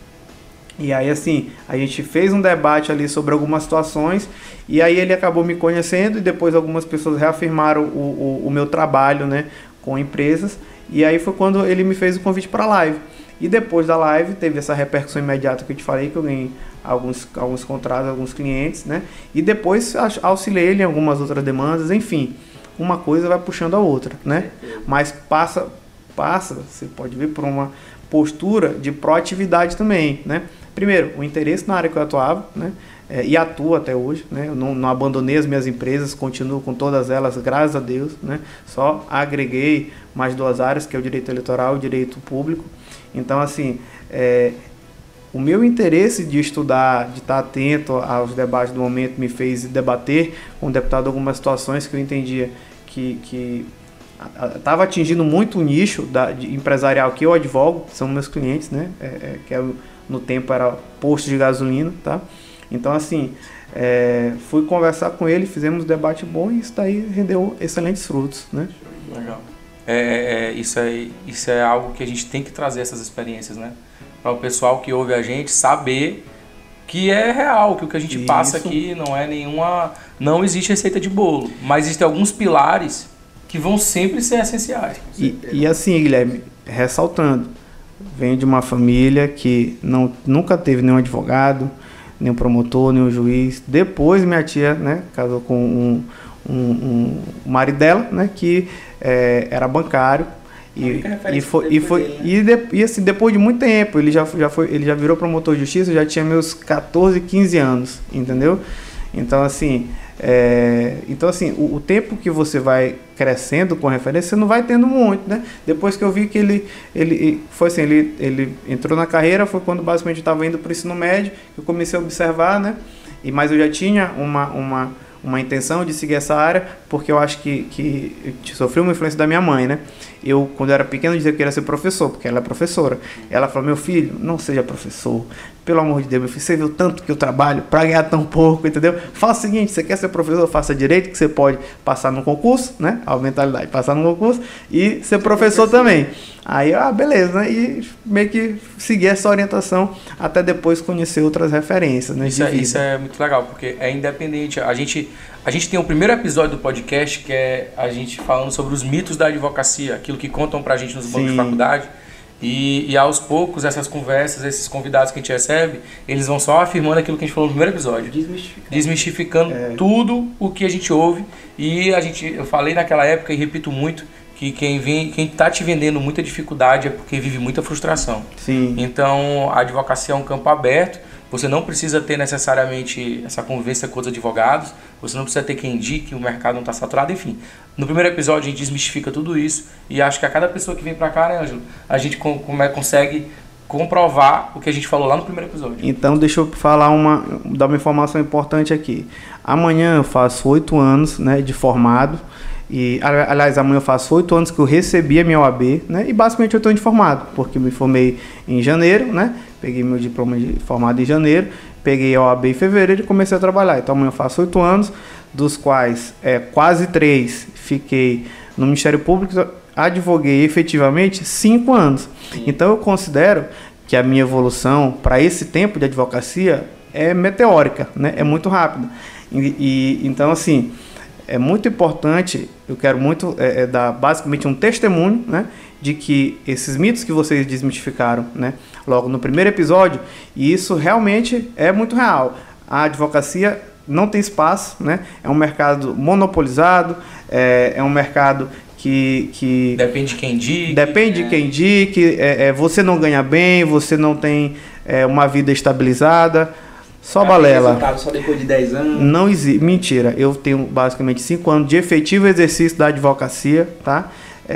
E aí, assim, a gente fez um debate ali sobre algumas situações, e aí ele acabou me conhecendo, e depois algumas pessoas reafirmaram o, o, o meu trabalho, né, com empresas, e aí foi quando ele me fez o convite para a live. E depois da live teve essa repercussão imediata que eu te falei, que eu ganhei alguns, alguns contratos, alguns clientes, né, e depois auxiliei ele em algumas outras demandas, enfim, uma coisa vai puxando a outra, né, mas passa, passa, você pode ver por uma postura de proatividade também, né. Primeiro, o interesse na área que eu atuava, né, é, e atuo até hoje, né, eu não, não abandonei as minhas empresas, continuo com todas elas, graças a Deus, né, só agreguei mais duas áreas, que é o direito eleitoral e o direito público. Então, assim, é, o meu interesse de estudar, de estar atento aos debates do momento, me fez debater com o deputado algumas situações que eu entendia que... que estava atingindo muito o nicho da, de empresarial que eu advogo, que são meus clientes, né, é, é, que é o no tempo era posto de gasolina, tá? Então, assim, é, fui conversar com ele, fizemos um debate bom e isso daí rendeu excelentes frutos, né? Legal. É, é, isso, é, isso é algo que a gente tem que trazer essas experiências, né? Para o pessoal que ouve a gente saber que é real, que o que a gente isso. passa aqui não é nenhuma... Não existe receita de bolo, mas existem alguns pilares que vão sempre ser essenciais. E, e assim, Guilherme, ressaltando, venho de uma família que não, nunca teve nenhum advogado, nenhum promotor, nenhum juiz. Depois minha tia, né, casou com um, um, um, um marido dela, né, que é, era bancário. E, e, foi, e, foi, dele, né? e, de, e assim, depois de muito tempo, ele já, já, foi, ele já virou promotor de justiça, eu já tinha meus catorze, quinze anos, entendeu? Então, assim, é, então, assim o, o tempo que você vai crescendo com referência, você não vai tendo muito, né? Depois que eu vi que ele, ele foi assim, ele, ele entrou na carreira, foi quando basicamente eu estava indo para o ensino médio, que eu comecei a observar, né? E, mas eu já tinha uma, uma, uma intenção de seguir essa área, porque eu acho que, que eu sofri uma influência da minha mãe, né? Eu, quando eu era pequeno, dizia que queria ser professor, porque ela é professora. Ela falou, meu filho, não seja professor. Pelo amor de Deus, meu filho, você viu tanto que eu trabalho para ganhar tão pouco, entendeu? Faça o seguinte, você quer ser professor, faça direito, que você pode passar no concurso, né? A mentalidade, passar no concurso e ser professor também. Aí, ah, beleza, né? E meio que seguir essa orientação até depois conhecer outras referências, né? Isso, é, isso é muito legal, porque é independente. A gente, a gente tem o primeiro episódio do podcast, que é a gente falando sobre os mitos da advocacia, aquilo que contam pra gente nos bancos de faculdade. E, e aos poucos, essas conversas, esses convidados que a gente recebe, eles vão só afirmando aquilo que a gente falou no primeiro episódio. Desmistificando. Desmistificando é. tudo o que a gente ouve. E a gente, eu falei naquela época e repito muito, que quem vem, quem está te vendendo muita dificuldade é porque vive muita frustração. Sim. Então, a advocacia é um campo aberto. Você não precisa ter necessariamente essa convivência com os advogados, você não precisa ter quem indique que o mercado não está saturado, enfim. No primeiro episódio a gente desmistifica tudo isso e acho que a cada pessoa que vem para cá, né, Ângelo, a gente com, com, consegue comprovar o que a gente falou lá no primeiro episódio. Então deixa eu falar uma, dar uma informação importante aqui. Amanhã eu faço oito anos, né, de formado. E, aliás, amanhã eu faço oito anos que eu recebi a minha O A B, né? E basicamente eu estou informado, porque eu me formei em janeiro, né? Peguei meu diploma de formado em janeiro, peguei a O A B em fevereiro e comecei a trabalhar. Então amanhã eu faço oito anos, dos quais é, quase três fiquei no Ministério Público, advoguei efetivamente cinco anos. Sim. Então eu considero que que a minha evolução para esse tempo de advocacia é meteórica, né? É muito rápida. E, e então, assim, é muito importante, eu quero muito é, é dar basicamente um testemunho, né, de que esses mitos que vocês desmitificaram, né, logo no primeiro episódio, e isso realmente é muito real. A advocacia não tem espaço, né? É um mercado monopolizado, é, é um mercado que, que... Depende de quem indique. Depende é. de quem indique, é, é, você não ganha bem, você não tem é, uma vida estabilizada, só Pra balela. Só depois de dez anos. Não existe, mentira, eu tenho basicamente cinco anos de efetivo exercício da advocacia, tá?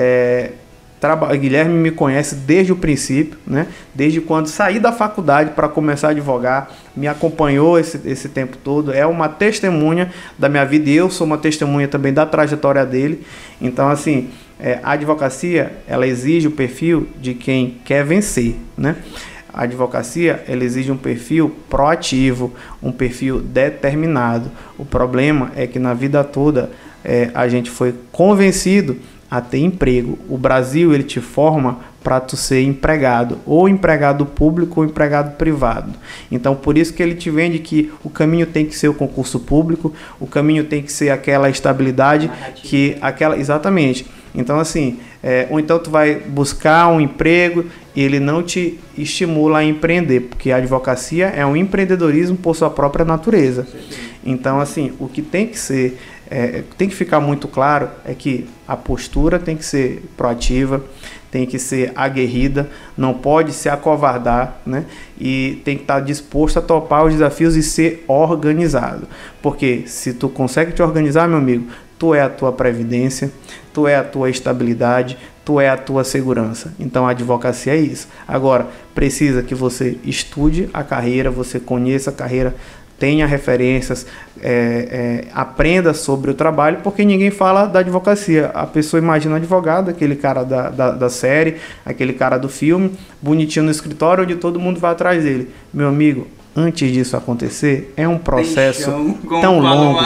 É, Traba... Guilherme me conhece desde o princípio, né? Desde quando saí da faculdade para começar a advogar, me acompanhou esse, esse tempo todo, é uma testemunha da minha vida e eu sou uma testemunha também da trajetória dele. Então, assim, é, a advocacia, ela exige o perfil de quem quer vencer, né? A advocacia, ela exige um perfil proativo, um perfil determinado. O problema é que na vida toda é, a gente foi convencido a ter emprego. O Brasil, ele te forma para tu ser empregado, ou empregado público ou empregado privado. Então, por isso que ele te vende que o caminho tem que ser o concurso público, o caminho tem que ser aquela estabilidade, que aquela exatamente. Então, assim, é, ou então tu vai buscar um emprego e ele não te estimula a empreender, porque a advocacia é um empreendedorismo por sua própria natureza. Então, assim, o que tem que ser É, tem que ficar muito claro é que a postura tem que ser proativa, tem que ser aguerrida, não pode se acovardar, né? E tem que estar disposto a topar os desafios e ser organizado. Porque se tu consegue te organizar, meu amigo, tu é a tua previdência, tu é a tua estabilidade, tu é a tua segurança. Então a advocacia é isso. Agora, precisa que você estude a carreira, você conheça a carreira, tenha referências, é, é, aprenda sobre o trabalho, porque ninguém fala da advocacia. A pessoa imagina o advogado, aquele cara da, da, da série, aquele cara do filme, bonitinho no escritório, onde todo mundo vai atrás dele. Meu amigo, antes disso acontecer, é um processo chão, tão longo.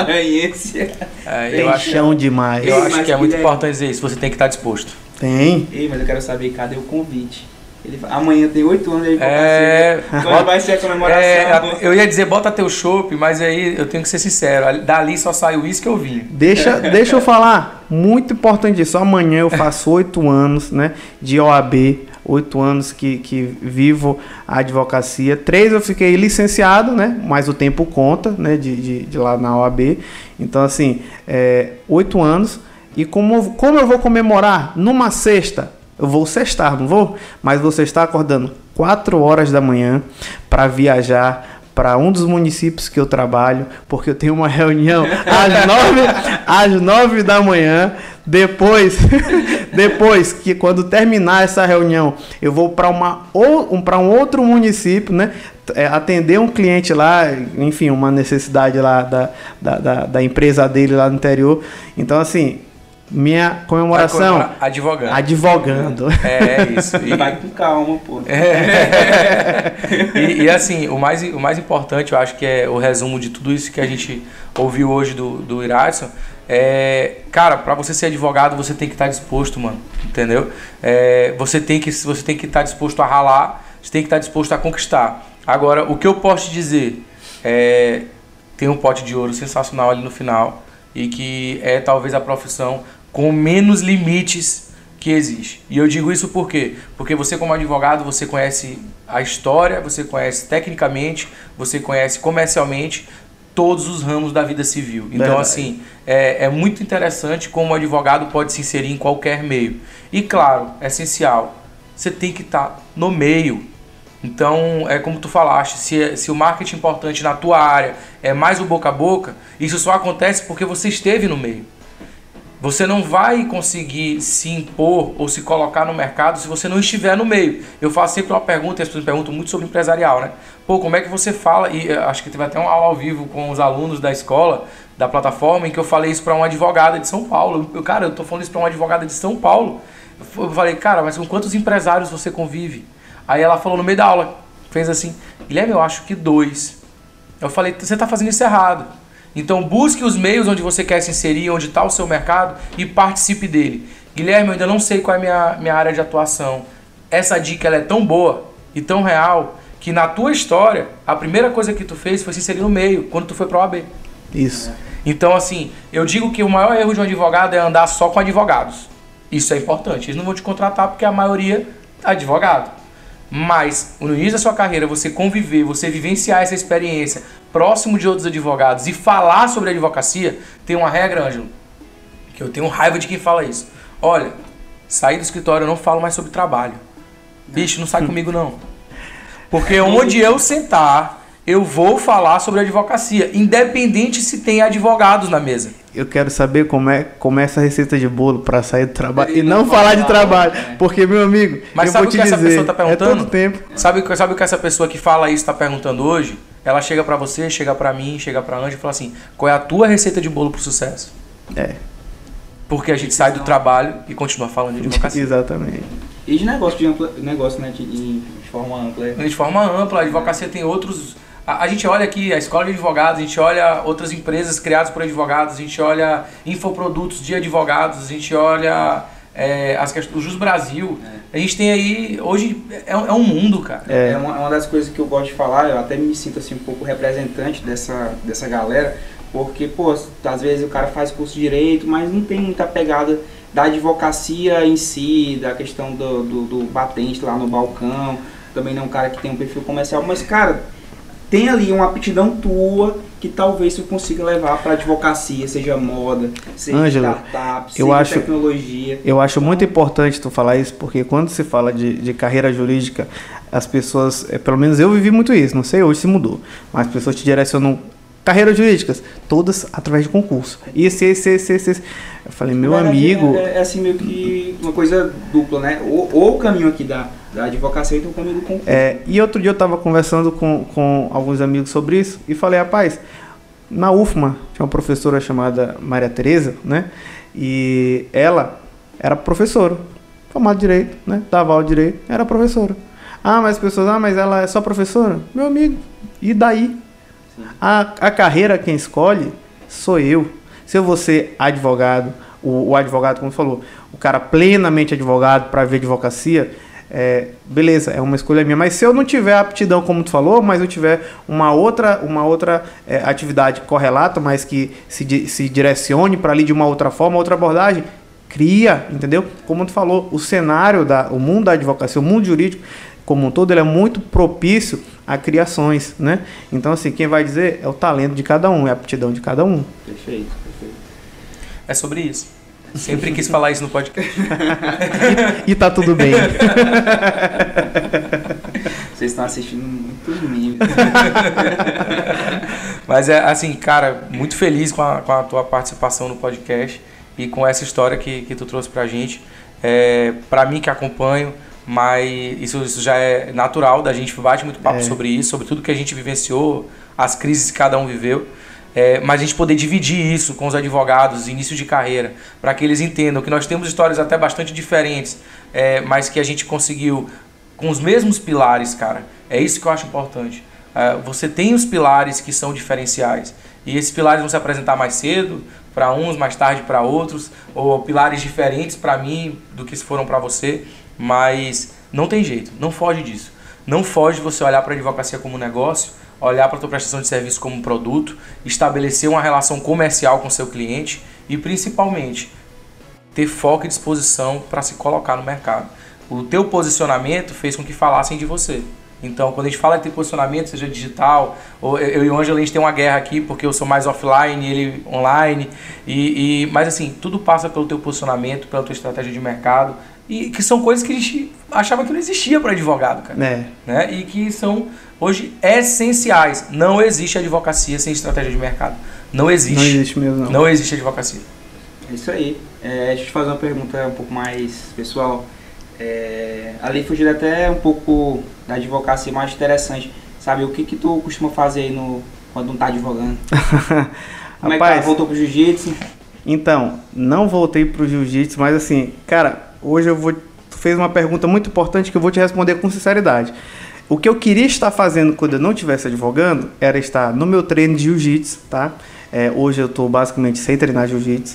É, tem eu chão acho, demais. Eu Ei, acho que é muito importante dizer isso, você tem que estar disposto. Tem. Ei, mas eu quero saber, cadê o convite? Ele, amanhã tem oito anos de advocacia. É, quando vai ser a comemoração? É, eu ia dizer, bota teu chopp, mas aí eu tenho que ser sincero, dali só saiu isso que eu vi. Deixa, deixa eu falar, muito importante isso. Amanhã eu faço oito anos, né, de O A B, oito anos que, que vivo a advocacia. Três eu fiquei licenciado, né, mas o tempo conta, né, de, de, de lá na O A B. Então, assim, é, oito anos. E como, como eu vou comemorar? Numa sexta. Eu vou sextar, não vou? Mas você está acordando quatro horas da manhã para viajar para um dos municípios que eu trabalho, porque eu tenho uma reunião às nove, às nove da manhã. Depois, depois que quando terminar essa reunião, eu vou para uma ou um, para um outro município, né? É, atender um cliente lá, enfim, uma necessidade lá da, da, da, da empresa dele lá no interior. Então, assim, minha comemoração... Advogando. Advogando. É, isso. E vai com calma, pô. É. E, e assim, o mais, o mais importante, eu acho que é o resumo de tudo isso que a gente ouviu hoje do, do Iradson. É, cara, para você ser advogado, você tem que estar disposto, mano. Entendeu? É, você tem que você tem que estar disposto a ralar, você tem que estar disposto a conquistar. Agora, o que eu posso te dizer é... Tem um pote de ouro sensacional ali no final e que é talvez a profissão com menos limites que existe. E eu digo isso por quê? Porque você como advogado, você conhece a história, você conhece tecnicamente, você conhece comercialmente todos os ramos da vida civil. Então, verdade. assim, é, é muito interessante como o advogado pode se inserir em qualquer meio. E claro, é essencial, você tem que estar no meio. Então, é como tu falaste, se, se o marketing importante na tua área é mais o boca a boca, isso só acontece porque você esteve no meio. Você não vai conseguir se impor ou se colocar no mercado se você não estiver no meio. Eu faço sempre uma pergunta, e as pessoas me perguntam muito sobre empresarial, né? Pô, como é que você fala? E acho que teve até uma aula ao vivo com os alunos da escola, da plataforma, em que eu falei isso para uma advogada de São Paulo. Eu, cara, eu tô falando isso para uma advogada de São Paulo. Eu falei, cara, mas com quantos empresários você convive? Aí ela falou no meio da aula, fez assim, Guilherme, eu acho que dois. Eu falei, você está fazendo isso errado. Então busque os meios onde você quer se inserir, onde está o seu mercado e participe dele. Guilherme, eu ainda não sei qual é a minha, minha área de atuação. Essa dica ela é tão boa e tão real que na tua história, a primeira coisa que tu fez foi se inserir no meio, quando tu foi pra O A B. Isso. Então, assim, eu digo que o maior erro de um advogado é andar só com advogados. Isso é importante. Eles não vão te contratar porque a maioria é advogado. Mas, no início da sua carreira, você conviver, você vivenciar essa experiência próximo de outros advogados e falar sobre a advocacia, tem uma regra, Ângelo, que eu tenho raiva de quem fala isso. Olha, sair do escritório eu não falo mais sobre trabalho. Bicho, não sai comigo não. Porque onde eu sentar, eu vou falar sobre advocacia, independente se tem advogados na mesa. Eu quero saber como é, como é essa receita de bolo para sair do trabalho e não falar de trabalho, porque, meu amigo, mas eu sabe vou o te que essa dizer, pessoa está perguntando? É todo tempo. Sabe, sabe o que essa pessoa que fala isso está perguntando hoje? Ela chega para você, chega para mim, chega para Ângelo e fala assim, qual é a tua receita de bolo pro sucesso? É. Porque a gente sai do trabalho e continua falando de advocacia. Exatamente. E de negócio, de ampla, negócio né, de, de forma ampla. De forma ampla, a advocacia tem outros... A, a gente olha aqui a escola de advogados, a gente olha outras empresas criadas por advogados, a gente olha infoprodutos de advogados, a gente olha é, as questões, o Jus Brasil. É. A gente tem aí, hoje, é, é um mundo, cara. É, é uma, uma das coisas que eu gosto de falar, eu até me sinto assim um pouco representante dessa, dessa galera, porque, pô, às vezes o cara faz curso de direito, mas não tem muita pegada da advocacia em si, da questão do, do, do batente lá no balcão, também não é um cara que tem um perfil comercial, mas, cara, tem ali uma aptidão tua que talvez você consiga levar para advocacia, seja moda, seja Ângelo, startup, eu seja acho, tecnologia. Eu acho então, muito importante tu falar isso, porque quando se fala de, de carreira jurídica, as pessoas, é, pelo menos eu vivi muito isso, não sei hoje se mudou, mas as pessoas te direcionam carreiras jurídicas, todas através de concurso. Esse, esse, esse, esse, esse. Eu falei, meu amigo... É, é assim meio que uma coisa dupla, né? Ou, ou o caminho aqui da, da advocacia ou o caminho do concurso. É, e outro dia eu estava conversando com, com alguns amigos sobre isso e falei, rapaz, na U F M A tinha uma professora chamada Maria Tereza, né? E ela era professora, formada de direito, né? Dava aula de direito, era professora. Ah, mas as pessoas, ah, mas ela é só professora? Meu amigo, e daí? A, a carreira quem escolhe sou eu. Se eu vou ser advogado, o, o advogado, como falou, o cara plenamente advogado para ver advocacia, é, beleza, é uma escolha minha. Mas se eu não tiver aptidão, como tu falou, mas eu tiver uma outra, uma outra é, atividade correlata, mas que se, se direcione para ali de uma outra forma, outra abordagem, cria, entendeu? Como tu falou, o cenário, da, o mundo da advocacia, o mundo jurídico, como um todo, ele é muito propício a criações, né? Então, assim, quem vai dizer é o talento de cada um, é a aptidão de cada um. Perfeito, perfeito. É sobre isso. Sempre quis falar isso no podcast. e, e tá tudo bem. Vocês estão assistindo muitos memes. Mas é assim, cara, muito feliz com a, com a tua participação no podcast e com essa história que, que tu trouxe pra gente. É, pra mim que acompanho, mas isso, isso já é natural, da gente bate muito papo é. sobre isso, sobre tudo que a gente vivenciou, as crises que cada um viveu, é, mas a gente poder dividir isso com os advogados, início de carreira, para que eles entendam que nós temos histórias até bastante diferentes, é, mas que a gente conseguiu com os mesmos pilares, cara, é isso que eu acho importante. É, você tem os pilares que são diferenciais, e esses pilares vão se apresentar mais cedo, para uns, mais tarde para outros, ou pilares diferentes para mim do que foram para você, mas não tem jeito, não foge disso. Não foge de você olhar para a advocacia como negócio, olhar para a tua prestação de serviço como produto, estabelecer uma relação comercial com o seu cliente e, principalmente, ter foco e disposição para se colocar no mercado. O teu posicionamento fez com que falassem de você. Então, quando a gente fala de ter posicionamento, seja digital, ou eu e o Ângelo, a gente tem uma guerra aqui, porque eu sou mais offline, ele online, e, e, mas assim, tudo passa pelo teu posicionamento, pela tua estratégia de mercado, e que são coisas que a gente achava que não existia para advogado, cara. É. Né? E que são, hoje, essenciais. Não existe advocacia sem estratégia de mercado. Não existe. Não existe mesmo, não. Não existe advocacia. É isso aí. É, deixa eu te fazer uma pergunta um pouco mais pessoal. É, ali fugindo até um pouco da advocacia mais interessante. Sabe, o que que tu costuma fazer aí no, quando não tá advogando? Como Rapaz, é que tá? Voltou pro jiu-jitsu? Então, não voltei pro jiu-jitsu, mas assim, cara, hoje eu vou... Tu fez uma pergunta muito importante que eu vou te responder com sinceridade. O que eu queria estar fazendo quando eu não estivesse advogando era estar no meu treino de jiu-jitsu, tá? É, hoje eu tô basicamente sem treinar jiu-jitsu.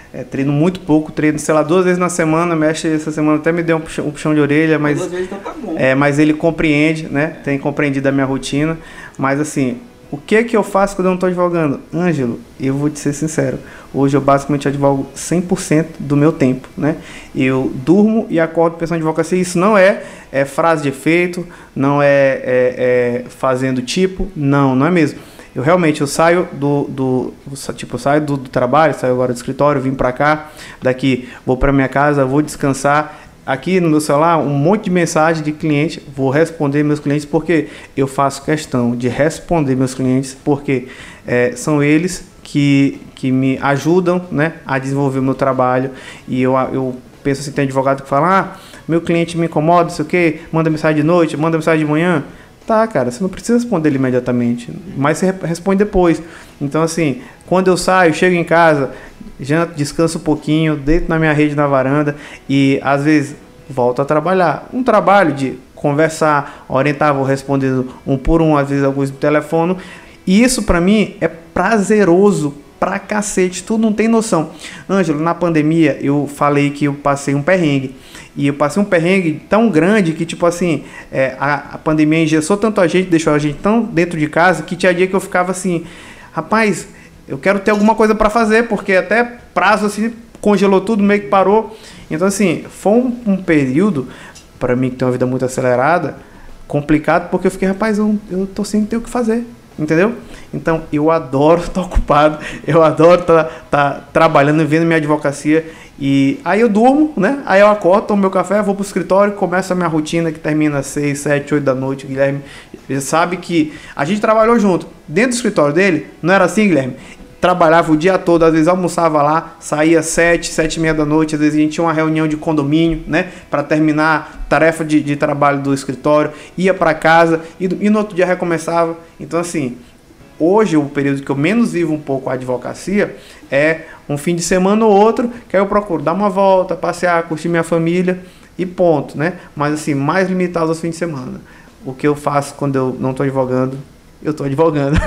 É, treino muito pouco, treino, sei lá, duas vezes na semana. Mexe, essa semana até me deu um puxão, um puxão de orelha, mas, duas vezes então tá bom. É, mas ele compreende, né? Tem compreendido a minha rotina. Mas assim, o que que eu faço quando eu não estou advogando? Ângelo, eu vou te ser sincero. Hoje eu basicamente advogo cem por cento do meu tempo, né? Eu durmo e acordo pensando em advocacia. Isso não é, é frase de efeito, não é, é, é fazendo tipo, não, não é mesmo. Eu realmente, eu saio do, do tipo, eu saio do, do trabalho, saio agora do escritório, vim pra cá, daqui vou pra minha casa, vou descansar. Aqui no meu celular, um monte de mensagem de cliente, vou responder meus clientes, porque eu faço questão de responder meus clientes, porque é, são eles que, que me ajudam, né, a desenvolver o meu trabalho. E eu, eu penso assim, tem advogado que fala, ah, meu cliente me incomoda, não sei o quê, manda mensagem de noite, manda mensagem de manhã. Tá, cara, você não precisa responder ele imediatamente, mas você responde depois. Então, assim, quando eu saio, chego em casa, janto, descanso um pouquinho, deito na minha rede na varanda e, às vezes, volto a trabalhar. Um trabalho de conversar, orientar, vou respondendo um por um, às vezes alguns do telefone. E isso, pra mim, é prazeroso pra cacete, tu não tem noção. Ângelo, na pandemia, eu falei que eu passei um perrengue. E eu passei um perrengue tão grande que, tipo assim, é, a, a pandemia engessou tanto a gente, deixou a gente tão dentro de casa, que tinha dia que eu ficava assim, rapaz, eu quero ter alguma coisa para fazer, porque até prazo, assim, congelou tudo, meio que parou. Então, assim, foi um, um período, para mim que tem uma vida muito acelerada, complicado, porque eu fiquei, rapaz, eu, eu tô sem ter o que fazer. Entendeu? Então, eu adoro estar ocupado, eu adoro estar tá, tá trabalhando e vendo minha advocacia. E aí eu durmo, né? Aí eu acordo, tomo meu café, vou pro escritório, começo a minha rotina que termina às seis, sete, oito da noite. O Guilherme sabe que a gente trabalhou junto. Dentro do escritório dele, não era assim, Guilherme? Trabalhava o dia todo, às vezes almoçava lá, saía sete, sete e meia da noite, às vezes a gente tinha uma reunião de condomínio, né, para terminar tarefa de, de trabalho do escritório, ia para casa e, e no outro dia recomeçava. Então, assim, hoje o período que eu menos vivo um pouco a advocacia é um fim de semana ou outro, que aí eu procuro dar uma volta, passear, curtir minha família e ponto, né? Mas, assim, mais limitado aos fins de semana. O que eu faço quando eu não estou advogando, eu tô advogando.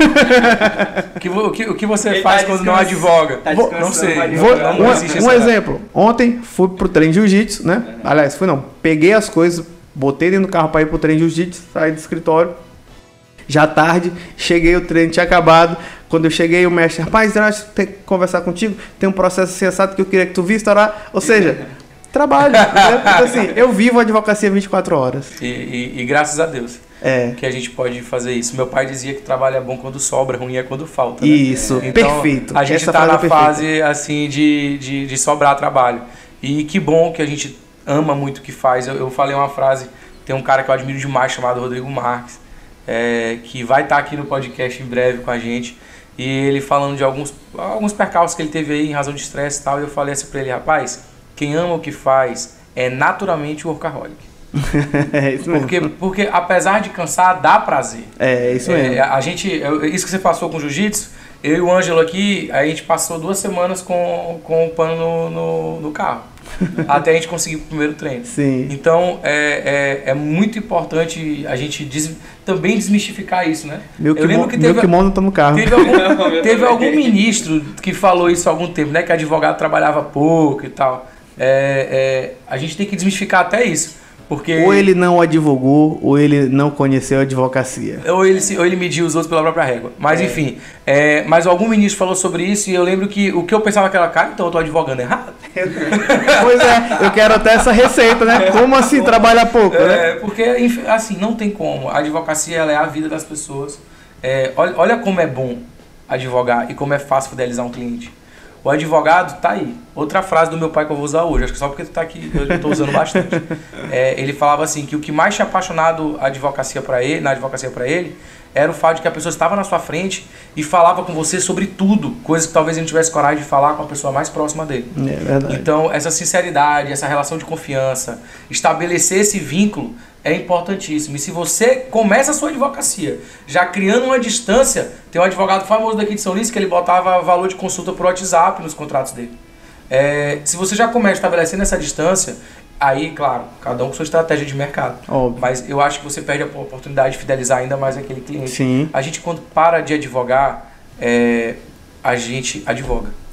O que, o que, o que você Ele faz tá quando não advoga? Tá Vou, não sei. Vou, não, não um um exemplo. Ontem fui pro treino de jiu-jitsu, né? É. Aliás, fui não. Peguei as coisas, botei dentro do carro para ir pro treino de jiu-jitsu, saí do escritório. Já tarde, cheguei, o treino tinha acabado. Quando eu cheguei, o mestre, rapaz, eu acho que tem que conversar contigo. Tem um processo sensato que eu queria que tu visse, tá? Ou seja, trabalho. Né? Então, assim, eu vivo a advocacia vinte e quatro horas. E, e, e graças a Deus. É. Que a gente pode fazer isso. Meu pai dizia que trabalho é bom quando sobra, ruim é quando falta. Né? Isso, então, perfeito. A gente está na fase assim de, de, de sobrar trabalho. E que bom que a gente ama muito o que faz. Eu, eu falei uma frase, tem um cara que eu admiro demais chamado Rodrigo Marques, é, que vai estar aqui no podcast em breve com a gente. E ele falando de alguns, alguns percalços que ele teve aí em razão de estresse e tal. E eu falei assim pra ele, rapaz, quem ama o que faz é naturalmente workaholic. É isso mesmo. Porque, porque apesar de cansar, dá prazer. É, isso mesmo. É, a gente, isso que você passou com o jiu-jitsu, eu e o Ângelo aqui, a gente passou duas semanas com, com o pano no, no, no carro. Até a gente conseguir o primeiro treino. Sim. Então, é, é, é muito importante a gente des, também desmistificar isso, né? Meu eu lembro que teve, meu kimono tá no carro. Teve algum, teve algum ministro que falou isso há algum tempo, né? Que advogado trabalhava pouco e tal. É, é, a gente tem que desmistificar até isso. Porque... Ou ele não advogou, ou ele não conheceu a advocacia. Ou ele, ou ele mediu os outros pela própria régua. Mas é. enfim, é, mas algum ministro falou sobre isso e eu lembro que o que eu pensava naquela cara, então eu tô advogando errado. Pois é, eu quero até essa receita, né? Como assim trabalha pouco, é, né? Porque, assim, não tem como. A advocacia, ela é a vida das pessoas. É, olha, olha como é bom advogar e como é fácil fidelizar um cliente. O advogado tá aí. Outra frase do meu pai que eu vou usar hoje, acho que só porque tu tá aqui, eu estou usando bastante. É, ele falava assim, que o que mais tinha apaixonado a advocacia para ele, na advocacia para ele, era o fato de que a pessoa estava na sua frente e falava com você sobre tudo, coisas que talvez ele não tivesse coragem de falar com a pessoa mais próxima dele. É verdade. Então, essa sinceridade, essa relação de confiança, estabelecer esse vínculo é importantíssimo. E se você começa a sua advocacia já criando uma distância, tem um advogado famoso daqui de São Luís que ele botava valor de consulta por WhatsApp nos contratos dele. É, se você já começa estabelecendo essa distância, aí, claro, cada um com sua estratégia de mercado. Óbvio. Mas eu acho que você perde a oportunidade de fidelizar ainda mais aquele cliente. Sim. A gente, quando para de advogar, é, a gente advoga.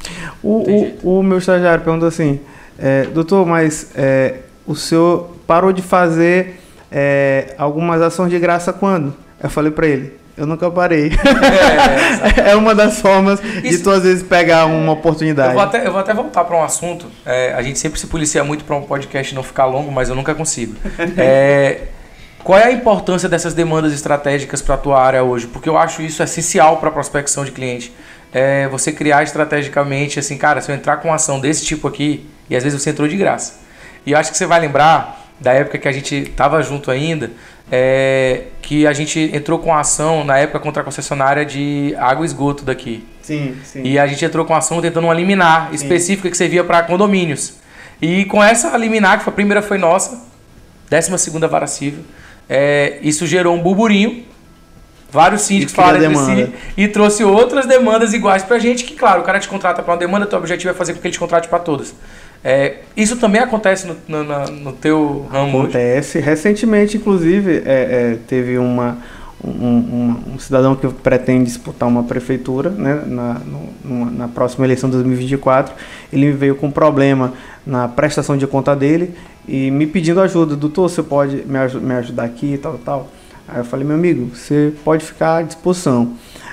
O, o, o meu estagiário perguntou assim, é, doutor, mas é, o senhor parou de fazer é, algumas ações de graça quando? Eu falei para ele, eu nunca parei. É, é uma das formas Isso, de tu às vezes pegar uma oportunidade. Eu vou até, eu vou até voltar para um assunto, é, a gente sempre se policia muito para um podcast não ficar longo, mas eu nunca consigo. É, qual é a importância dessas demandas estratégicas para a tua área hoje? Porque eu acho isso essencial para a prospecção de cliente. É você criar estrategicamente, assim, cara, se eu entrar com uma ação desse tipo aqui, e às vezes você entrou de graça. E eu acho que você vai lembrar da época que a gente estava junto ainda, é, que a gente entrou com a ação na época contra a concessionária de água e esgoto daqui. Sim, sim. E a gente entrou com a ação tentando uma liminar específica que servia para condomínios. E com essa liminar, que a primeira foi nossa, décima segunda vara civil, é, isso gerou um burburinho. Vários síndicos falaram entre si e trouxe outras demandas iguais pra gente, que claro, o cara te contrata para uma demanda, teu objetivo é fazer com que ele te contrate para todas. É, isso também acontece no, no, no teu ramo? Acontece. Hoje? Recentemente, inclusive, é, é, teve uma, um, um, um cidadão que pretende disputar uma prefeitura, né, na, no, na próxima eleição de dois mil e vinte e quatro. Ele veio com um problema na prestação de conta dele e me pedindo ajuda. Doutor, você pode me, aj me ajudar aqui e tal, tal. Aí eu falei, meu amigo, você pode ficar à disposição.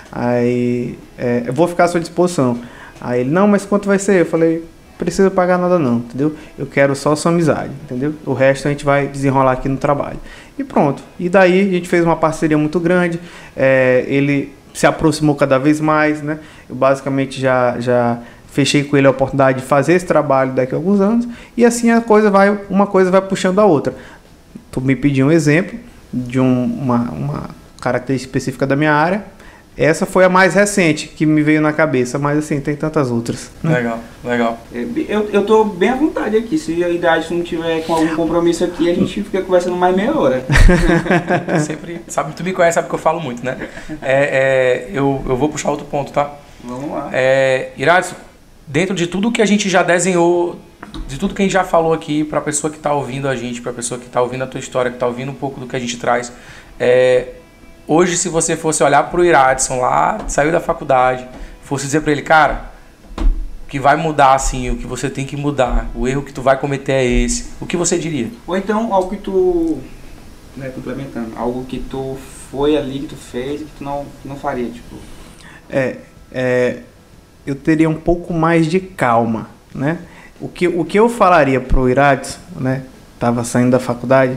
Aí, é, eu vou ficar à sua disposição. Aí ele, não, mas quanto vai ser? Eu falei, precisa pagar nada não, entendeu? Eu quero só sua amizade, entendeu? O resto a gente vai desenrolar aqui no trabalho. E pronto. E daí a gente fez uma parceria muito grande. É, ele se aproximou cada vez mais, né? Eu basicamente já, já fechei com ele a oportunidade de fazer esse trabalho daqui a alguns anos. E assim a coisa vai, uma coisa vai puxando a outra. Tu me pediu um exemplo de um, uma, uma característica específica da minha área. Essa foi a mais recente que me veio na cabeça, mas assim, tem tantas outras. Né? Legal, legal. Eu, eu tô bem à vontade aqui. Se a idade não tiver com algum compromisso aqui, a gente fica conversando mais meia hora. Sempre, sabe, tu me conhece, sabe que eu falo muito, né? É, é, eu, eu vou puxar outro ponto, tá? Vamos lá. É, Iradson, dentro de tudo que a gente já desenhou, de tudo que a gente já falou aqui, para a pessoa que está ouvindo a gente, para a pessoa que está ouvindo a tua história, que está ouvindo um pouco do que a gente traz, é, hoje, se você fosse olhar para o Iradson lá, saiu da faculdade, fosse dizer para ele, cara, o que vai mudar assim, o que você tem que mudar, o erro que tu vai cometer é esse, o que você diria? Ou então algo que tu, né, complementando, algo que tu foi ali, que tu fez e que tu não, não faria, tipo... É, é, eu teria um pouco mais de calma, né? O que, o que eu falaria pro Iradson, né? Tava saindo da faculdade,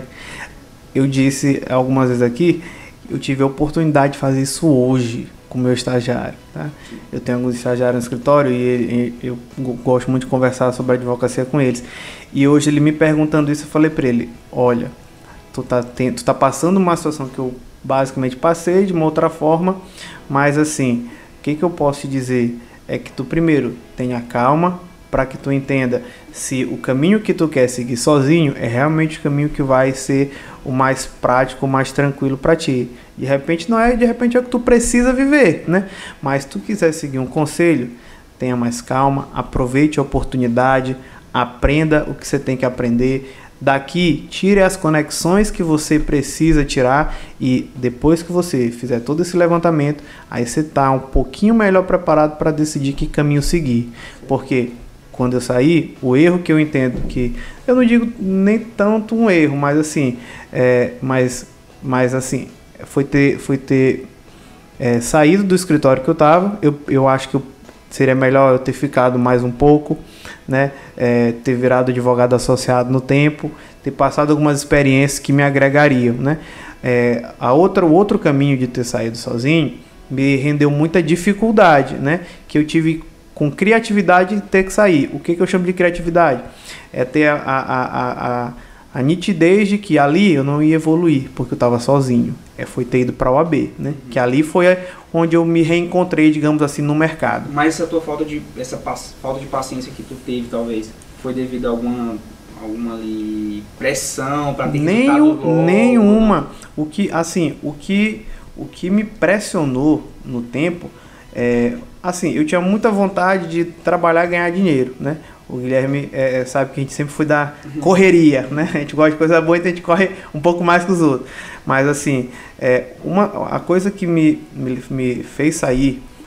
eu disse algumas vezes aqui, eu tive a oportunidade de fazer isso hoje com o meu estagiário, tá? Eu tenho alguns estagiários no escritório e, e eu gosto muito de conversar sobre a advocacia com eles. E hoje ele me perguntando isso, eu falei para ele, olha, tu tá, tem, tu tá passando uma situação que eu basicamente passei de uma outra forma, mas assim, o que, que eu posso te dizer é que tu primeiro tenha calma para que tu entenda se o caminho que tu quer seguir sozinho é realmente o caminho que vai ser o mais prático, o mais tranquilo para ti. De repente não é, de repente é o que tu precisa viver, né? Mas se tu quiser seguir um conselho, tenha mais calma, aproveite a oportunidade, aprenda o que você tem que aprender. Daqui, tire as conexões que você precisa tirar e depois que você fizer todo esse levantamento, aí você está um pouquinho melhor preparado para decidir que caminho seguir. Porque quando eu saí, o erro que eu entendo que... Eu não digo nem tanto um erro, mas assim... É, mas, mas assim, foi ter, foi ter é, saído do escritório que eu estava. Eu, eu acho que eu, seria melhor eu ter ficado mais um pouco, né? É, ter virado advogado associado no tempo, ter passado algumas experiências que me agregariam, né? É, a outra, o outro caminho de ter saído sozinho me rendeu muita dificuldade, né? Que eu tive com criatividade ter que sair. O que, que eu chamo de criatividade? É ter a, a, a, a, a nitidez de que ali eu não ia evoluir, porque eu estava sozinho. É, foi ter ido para a O A B, né? Uhum. Que ali foi onde eu me reencontrei, digamos assim, no mercado. Mas essa tua falta de, essa falta de paciência que tu teve, talvez, foi devido a alguma, alguma ali, pressão para ter Nenhum, resultado logo? Nenhuma. O que, assim, o que, o que me pressionou no tempo... É, assim, eu tinha muita vontade de trabalhar e ganhar dinheiro, né? O Guilherme é, sabe que a gente sempre foi da correria, né? A gente gosta de coisa boa, então a gente corre um pouco mais que os outros. Mas assim, é, uma, a coisa que me, me, me fez sair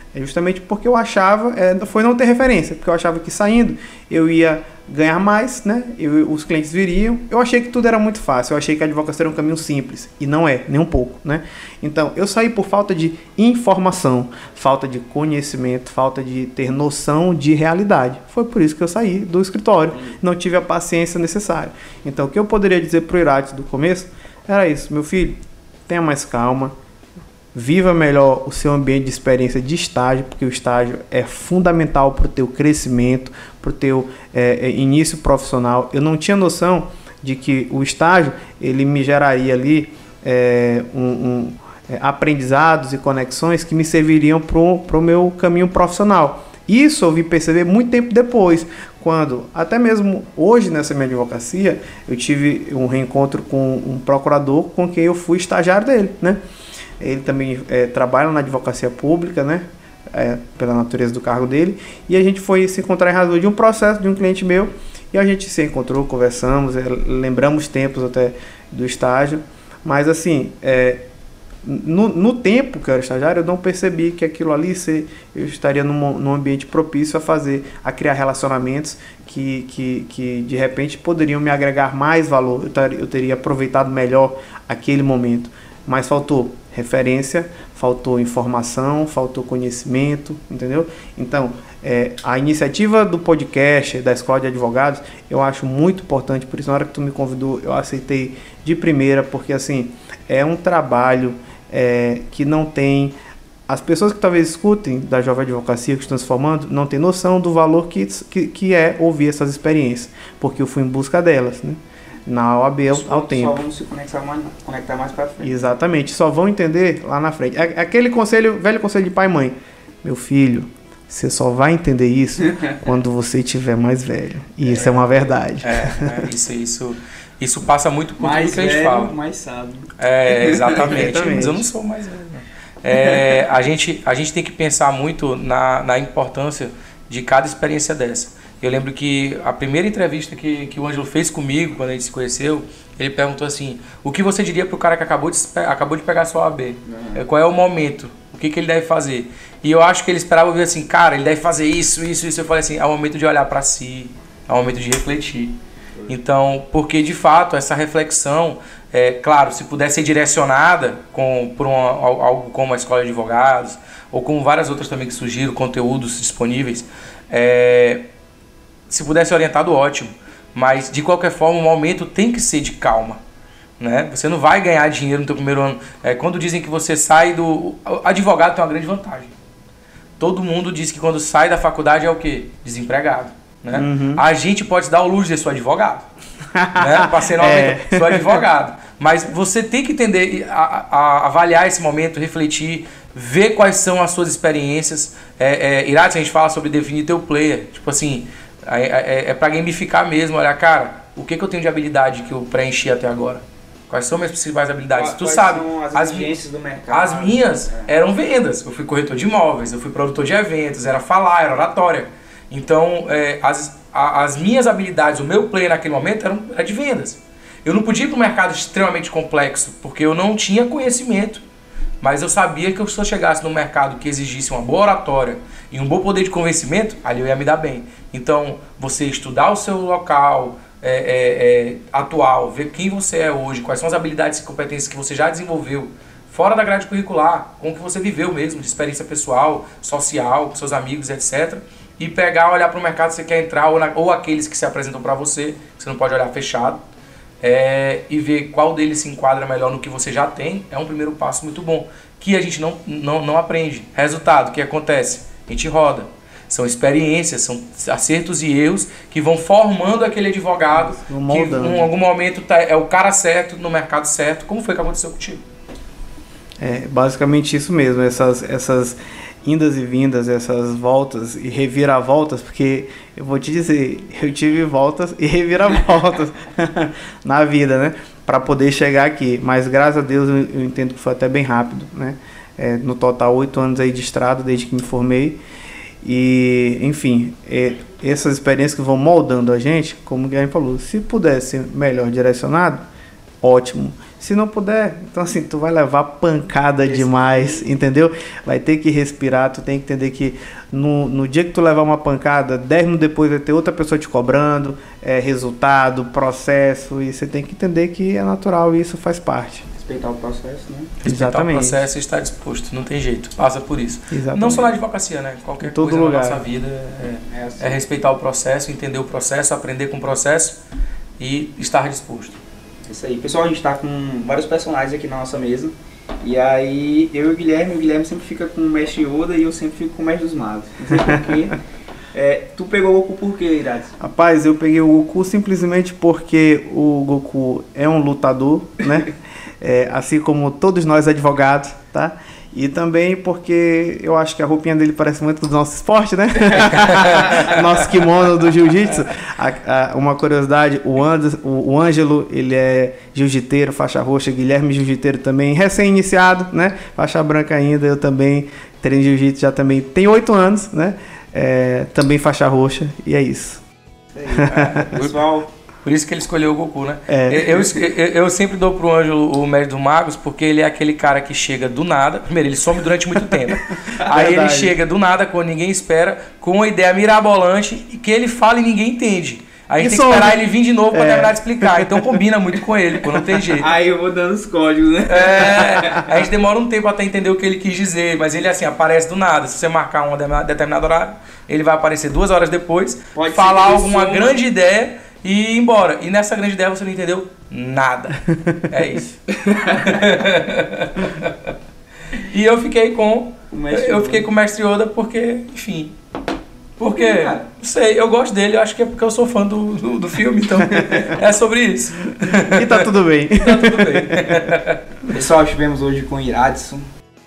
É justamente porque eu achava, é, foi não ter referência, porque eu achava que saindo eu ia ganhar mais, né? Eu, os clientes viriam. Eu achei que tudo era muito fácil, eu achei que a advocacia era um caminho simples, e não é, nem um pouco, né? Então, eu saí por falta de informação, falta de conhecimento, falta de ter noção de realidade. Foi por isso que eu saí do escritório, não tive a paciência necessária. Então, o que eu poderia dizer para o Irates do começo era isso: meu filho, tenha mais calma, viva melhor o seu ambiente de experiência de estágio, porque o estágio é fundamental para o teu crescimento, para o teu é, início profissional. Eu não tinha noção de que o estágio ele me geraria ali é, um, um, é, aprendizados e conexões que me serviriam para o meu caminho profissional. Isso eu vim perceber muito tempo depois, quando, até mesmo hoje nessa minha advocacia, eu tive um reencontro com um procurador com quem eu fui estagiário dele, né? Ele também é, trabalha na advocacia pública, né? É, pela natureza do cargo dele. E a gente foi se encontrar em razão de um processo de um cliente meu. E a gente se encontrou, conversamos, é, lembramos tempos até do estágio. Mas assim, é, no, no tempo que eu era estagiário, eu não percebi que aquilo ali se, eu estaria num, num ambiente propício a fazer, a criar relacionamentos que, que, que de repente poderiam me agregar mais valor. Eu, tar, eu teria aproveitado melhor aquele momento. Mas faltou referência, faltou informação, faltou conhecimento, entendeu? Então, é, a iniciativa do podcast, da Escola de Advogados, eu acho muito importante. Por isso, na hora que tu me convidou, eu aceitei de primeira, porque assim, é um trabalho é, que não tem... As pessoas que talvez escutem da Jovem Advocacia, que estão se formando, não têm noção do valor que, que, que é ouvir essas experiências, porque eu fui em busca delas, né? Na O A B ao, ao tempo. Só vão se conectar mais, conectar mais para frente. Exatamente, só vão entender lá na frente. É aquele conselho, velho conselho de pai e mãe. Meu filho, você só vai entender isso quando você estiver mais velho. E é, isso é uma verdade. É, é isso, isso, isso passa muito por mais tudo que a gente velho, fala. Mais sábio. É, exatamente. Mas eu não sou mais velho. É, a, gente, a gente tem que pensar muito na, na importância de cada experiência dessa. Eu lembro que a primeira entrevista que, que o Ângelo fez comigo, quando a gente se conheceu, ele perguntou assim: o que você diria para o cara que acabou de, acabou de pegar a sua O A B? Uhum. Qual é o momento? O que, que ele deve fazer? E eu acho que ele esperava ouvir assim: cara, ele deve fazer isso, isso, isso. Eu falei assim: é o momento de olhar para si, é o momento de refletir. Então, porque de fato essa reflexão, é, claro, se puder ser direcionada com, por uma, algo como a Escola de Advogados, ou com várias outras também que surgiram, conteúdos disponíveis, é, se puder ser orientado, ótimo. Mas, de qualquer forma, o momento tem que ser de calma, né? Você não vai ganhar dinheiro no teu primeiro ano. É, quando dizem que você sai do... O advogado tem uma grande vantagem. Todo mundo diz que quando sai da faculdade é o quê? Desempregado, né? Uhum. A gente pode dar o luxo de ser advogado. Né? Passei no é. Sou advogado. Mas você tem que entender, a, a, avaliar esse momento, refletir, ver quais são as suas experiências. É, é, Irates, a gente fala sobre definir teu player. Tipo assim... É, é, é para gamificar mesmo, olha, cara, o que, que eu tenho de habilidade que eu preenchi até agora? Quais são minhas principais habilidades? Quais, tu quais sabe, são as, as exigências do mercado? As minhas é. eram vendas, eu fui corretor de imóveis, eu fui produtor de eventos, era falar, era oratória. Então, é, as, a, as minhas habilidades, o meu play naquele momento eram, era de vendas. Eu não podia ir para um mercado extremamente complexo, porque eu não tinha conhecimento. Mas eu sabia que se eu chegasse num mercado que exigisse uma boa oratória e um bom poder de convencimento, ali eu ia me dar bem. Então, você estudar o seu local é, é, é, atual, ver quem você é hoje, quais são as habilidades e competências que você já desenvolveu, fora da grade curricular, com o que você viveu mesmo, de experiência pessoal, social, com seus amigos, etcétera. E pegar, olhar para o mercado que você quer entrar, ou, na, ou aqueles que se apresentam para você, você não pode olhar fechado. É, e ver qual deles se enquadra melhor no que você já tem, é um primeiro passo muito bom, que a gente não, não, não aprende. Resultado, o que acontece? A gente roda. São experiências, são acertos e erros que vão formando aquele advogado que em algum momento tá, é o cara certo, no mercado certo. Como foi que aconteceu contigo? É basicamente isso mesmo, essas... essas... indas e vindas, essas voltas e reviravoltas, porque eu vou te dizer, eu tive voltas e reviravoltas na vida, né, para poder chegar aqui, mas graças a Deus eu, eu entendo que foi até bem rápido, né, é, no total oito anos aí de estrada desde que me formei, e enfim, é, essas experiências que vão moldando a gente, como o Guilherme falou, se pudesse ser melhor direcionado, ótimo. Se não puder, então assim, tu vai levar pancada Esse demais, é. entendeu? Vai ter que respirar, tu tem que entender que no, no dia que tu levar uma pancada, dez minutos depois vai ter outra pessoa te cobrando, é, resultado, processo, e você tem que entender que é natural e isso faz parte. Respeitar o processo, né? Respeitar Exatamente. o processo e estar disposto, não tem jeito, passa por isso. Exatamente. Não só na advocacia, né? Qualquer em todo coisa lugar. na nossa vida é, é, assim. é respeitar o processo, entender o processo, aprender com o processo e estar disposto. Isso aí. Pessoal, a gente tá com vários personagens aqui na nossa mesa. E aí, eu e o Guilherme, o Guilherme sempre fica com o Mestre Yoda e eu sempre fico com o Mestre dos Magos. Não sei porquê. É, tu pegou o Goku por quê, Irates? Rapaz, eu peguei o Goku simplesmente porque o Goku é um lutador, né? É, assim como todos nós advogados, tá? E também porque eu acho que a roupinha dele parece muito com o nosso esporte, né? Nosso kimono do jiu-jitsu. Uma curiosidade, o, Andes, o, o Ângelo, ele é jiu-jiteiro, faixa roxa. Guilherme, jiu-jiteiro também, recém-iniciado, né? Faixa branca ainda, eu também treino jiu-jitsu já também tem oito anos, né? É, também faixa roxa, e é isso. Isso aí, cara. Pessoal... Por isso que ele escolheu o Goku, né? É. Eu, eu, eu sempre dou pro Ângelo o Mestre dos Magos, porque ele é aquele cara que chega do nada. Primeiro, ele some durante muito tempo. Aí Verdade. ele chega do nada, quando ninguém espera, com uma ideia mirabolante que ele fala e ninguém entende. Aí a gente tem que esperar ele vir de novo pra é. terminar de explicar. Então combina muito com ele, pô, não tem jeito. Aí eu vou dando os códigos, né? É, a gente demora um tempo até entender o que ele quis dizer, mas ele assim, aparece do nada. Se você marcar um determinado horário, ele vai aparecer duas horas depois, Pode falar alguma som, grande ideia e ir embora. E nessa grande ideia você não entendeu nada. É isso. E eu fiquei com eu fiquei com o Mestre Yoda porque, enfim... Porque, não sei, eu gosto dele, eu acho que é porque eu sou fã do, do, do filme, então é sobre isso. E tá tudo bem. E tá tudo bem. Pessoal, estivemos hoje com o Iradson.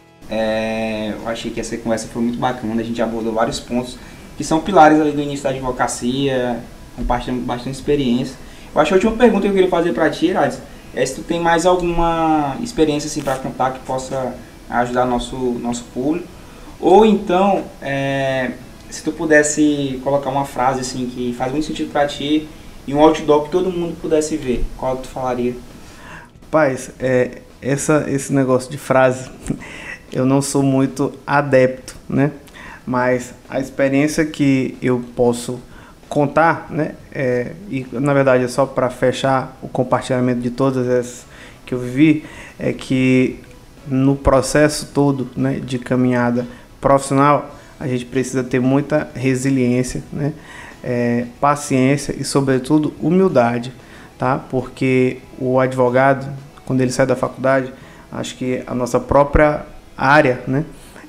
É, eu achei que essa conversa foi muito bacana, a gente abordou vários pontos que são pilares ali do início da advocacia, compartilhando bastante experiência. Eu acho que a última pergunta que eu queria fazer pra ti, Iradson, é se tu tem mais alguma experiência assim, pra contar que possa ajudar nosso, nosso público, ou então... É, se tu pudesse colocar uma frase assim que faz muito sentido pra ti e um outdoor que todo mundo pudesse ver, qual tu falaria? Rapaz, é, essa, esse negócio de frase, eu não sou muito adepto, né? Mas a experiência que eu posso contar, né? É, e na verdade é só para fechar o compartilhamento de todas essas que eu vivi, é que no processo todo, né, de caminhada profissional, a gente precisa ter muita resiliência, né? É, paciência e, sobretudo, humildade, tá? Porque o advogado, quando ele sai da faculdade, acho que a nossa própria área, né?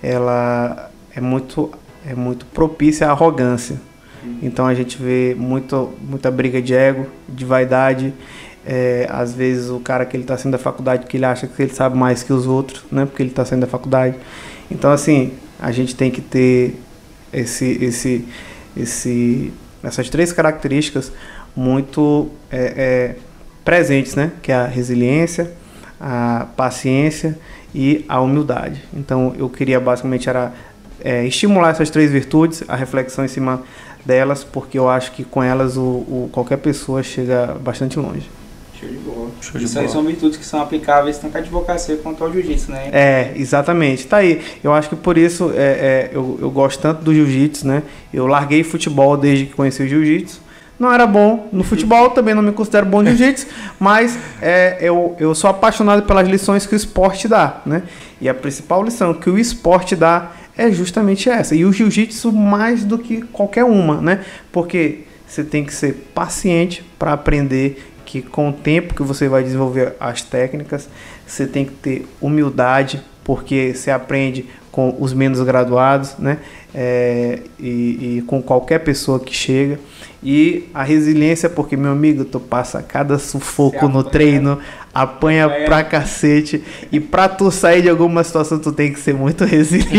Ela é muito, é muito propícia à arrogância. Então a gente vê muito, muita briga de ego, de vaidade. É, às vezes o cara que ele está saindo da faculdade, que ele acha que ele sabe mais que os outros, né? Porque ele está saindo da faculdade. Então, assim, a gente tem que ter esse, esse, esse, essas três características muito é, é, presentes, né? Que é a resiliência, a paciência e a humildade. Então, eu queria basicamente era, é, estimular essas três virtudes, a reflexão em cima delas, porque eu acho que com elas o, o, qualquer pessoa chega bastante longe. Show de bola. Show de Isso bola. aí são virtudes que são aplicáveis tanto à advocacia quanto ao jiu-jitsu, né? É, exatamente. Tá aí. Eu acho que por isso é, é, eu, eu gosto tanto do jiu-jitsu, né? Eu larguei futebol desde que conheci o jiu-jitsu. Não era bom no futebol, também não me considero bom no jiu-jitsu, mas é, eu, eu sou apaixonado pelas lições que o esporte dá, né? E a principal lição que o esporte dá é justamente essa. E o jiu-jitsu mais do que qualquer uma, né? Porque você tem que ser paciente para aprender, que com o tempo que você vai desenvolver as técnicas, você tem que ter humildade, porque você aprende com os menos graduados, né? É, e, e com qualquer pessoa que chega. E a resiliência, porque, meu amigo, tu passa cada sufoco no treino, apanha é. pra cacete, e pra tu sair de alguma situação tu tem que ser muito resiliente.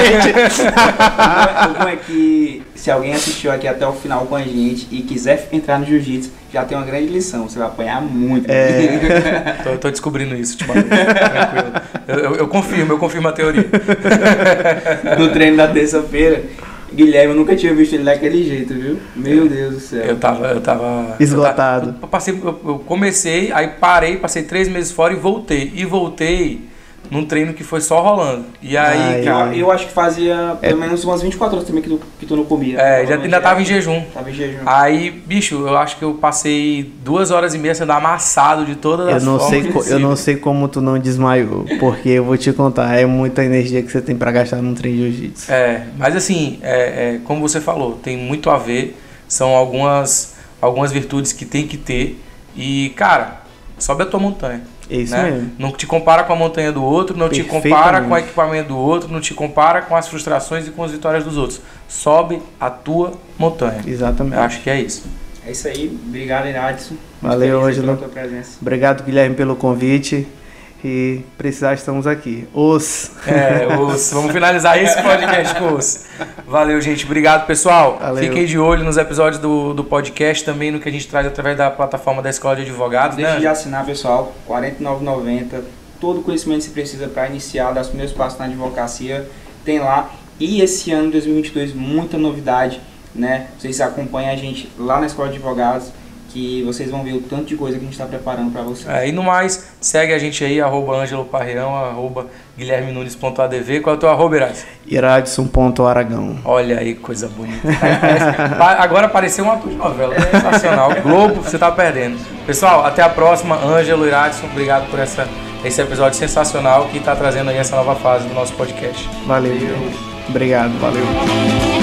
Como é que, se alguém assistiu aqui até o final com a gente e quiser entrar no jiu-jitsu, já tem uma grande lição, você vai apanhar muito. É. tô, tô descobrindo isso, ultimamente. Tranquilo. Eu, eu, eu confirmo, eu confirmo a teoria. No treino da terça-feira, Guilherme, eu nunca tinha visto ele daquele jeito, viu? Meu Deus do céu. Eu tava... Eu tava Esgotado. Eu, tava, eu, passei, eu, eu comecei, aí parei, passei três meses fora e voltei. E voltei num treino que foi só rolando. E aí, Ai, cara... Eu, eu acho que fazia pelo menos umas vinte e quatro horas também que tu, que tu não comia. É, já, ainda tava em jejum. Tava em jejum. Aí, bicho, eu acho que eu passei duas horas e meia sendo amassado de todas Eu as não, formas sei, co- eu possíveis. não sei como tu não desmaiou, porque eu vou te contar, é muita energia que você tem pra gastar num treino de jiu-jitsu. É, mas assim, é, é, como você falou, tem muito a ver, são algumas, algumas virtudes que tem que ter e, cara, sobe a tua montanha. É isso né? mesmo. Não te compara com a montanha do outro, não te compara Perfeitamente. com o equipamento do outro, não te compara com as frustrações e com as vitórias dos outros. Sobe a tua montanha. Exatamente. Eu acho que é isso. É isso aí. Obrigado, Iradson. Valeu, Muito feliz Ângelo. pela tua presença. Obrigado, Guilherme, pelo convite. E precisar, estamos aqui. Os. É, os, vamos finalizar esse podcast com os. Valeu, gente. Obrigado, pessoal. Valeu. Fiquem de olho nos episódios do, do podcast, também no que a gente traz através da plataforma da Escola de Advogados. Deixe Né? de assinar, pessoal. quarenta e nove reais e noventa centavos. Todo o conhecimento que você precisa para iniciar, dar os primeiros passos na advocacia, tem lá. E esse ano, dois mil e vinte e dois, muita novidade, né? Vocês acompanhem a gente lá na Escola de Advogados, que vocês vão ver o tanto de coisa que a gente está preparando para vocês. É, e no mais, segue a gente aí, arroba Ângelo Parreirão, arroba guilherme nunes ponto a d v. Qual é o teu arroba, Iradson? Iradson.aragão. Olha aí, coisa bonita. Parece- pa- Agora apareceu um ator de novela. Sensacional. Globo, você tá perdendo. Pessoal, até a próxima. Ângelo, Iradson, obrigado por essa, esse episódio sensacional que tá trazendo aí essa nova fase do nosso podcast. Valeu. Obrigado, valeu.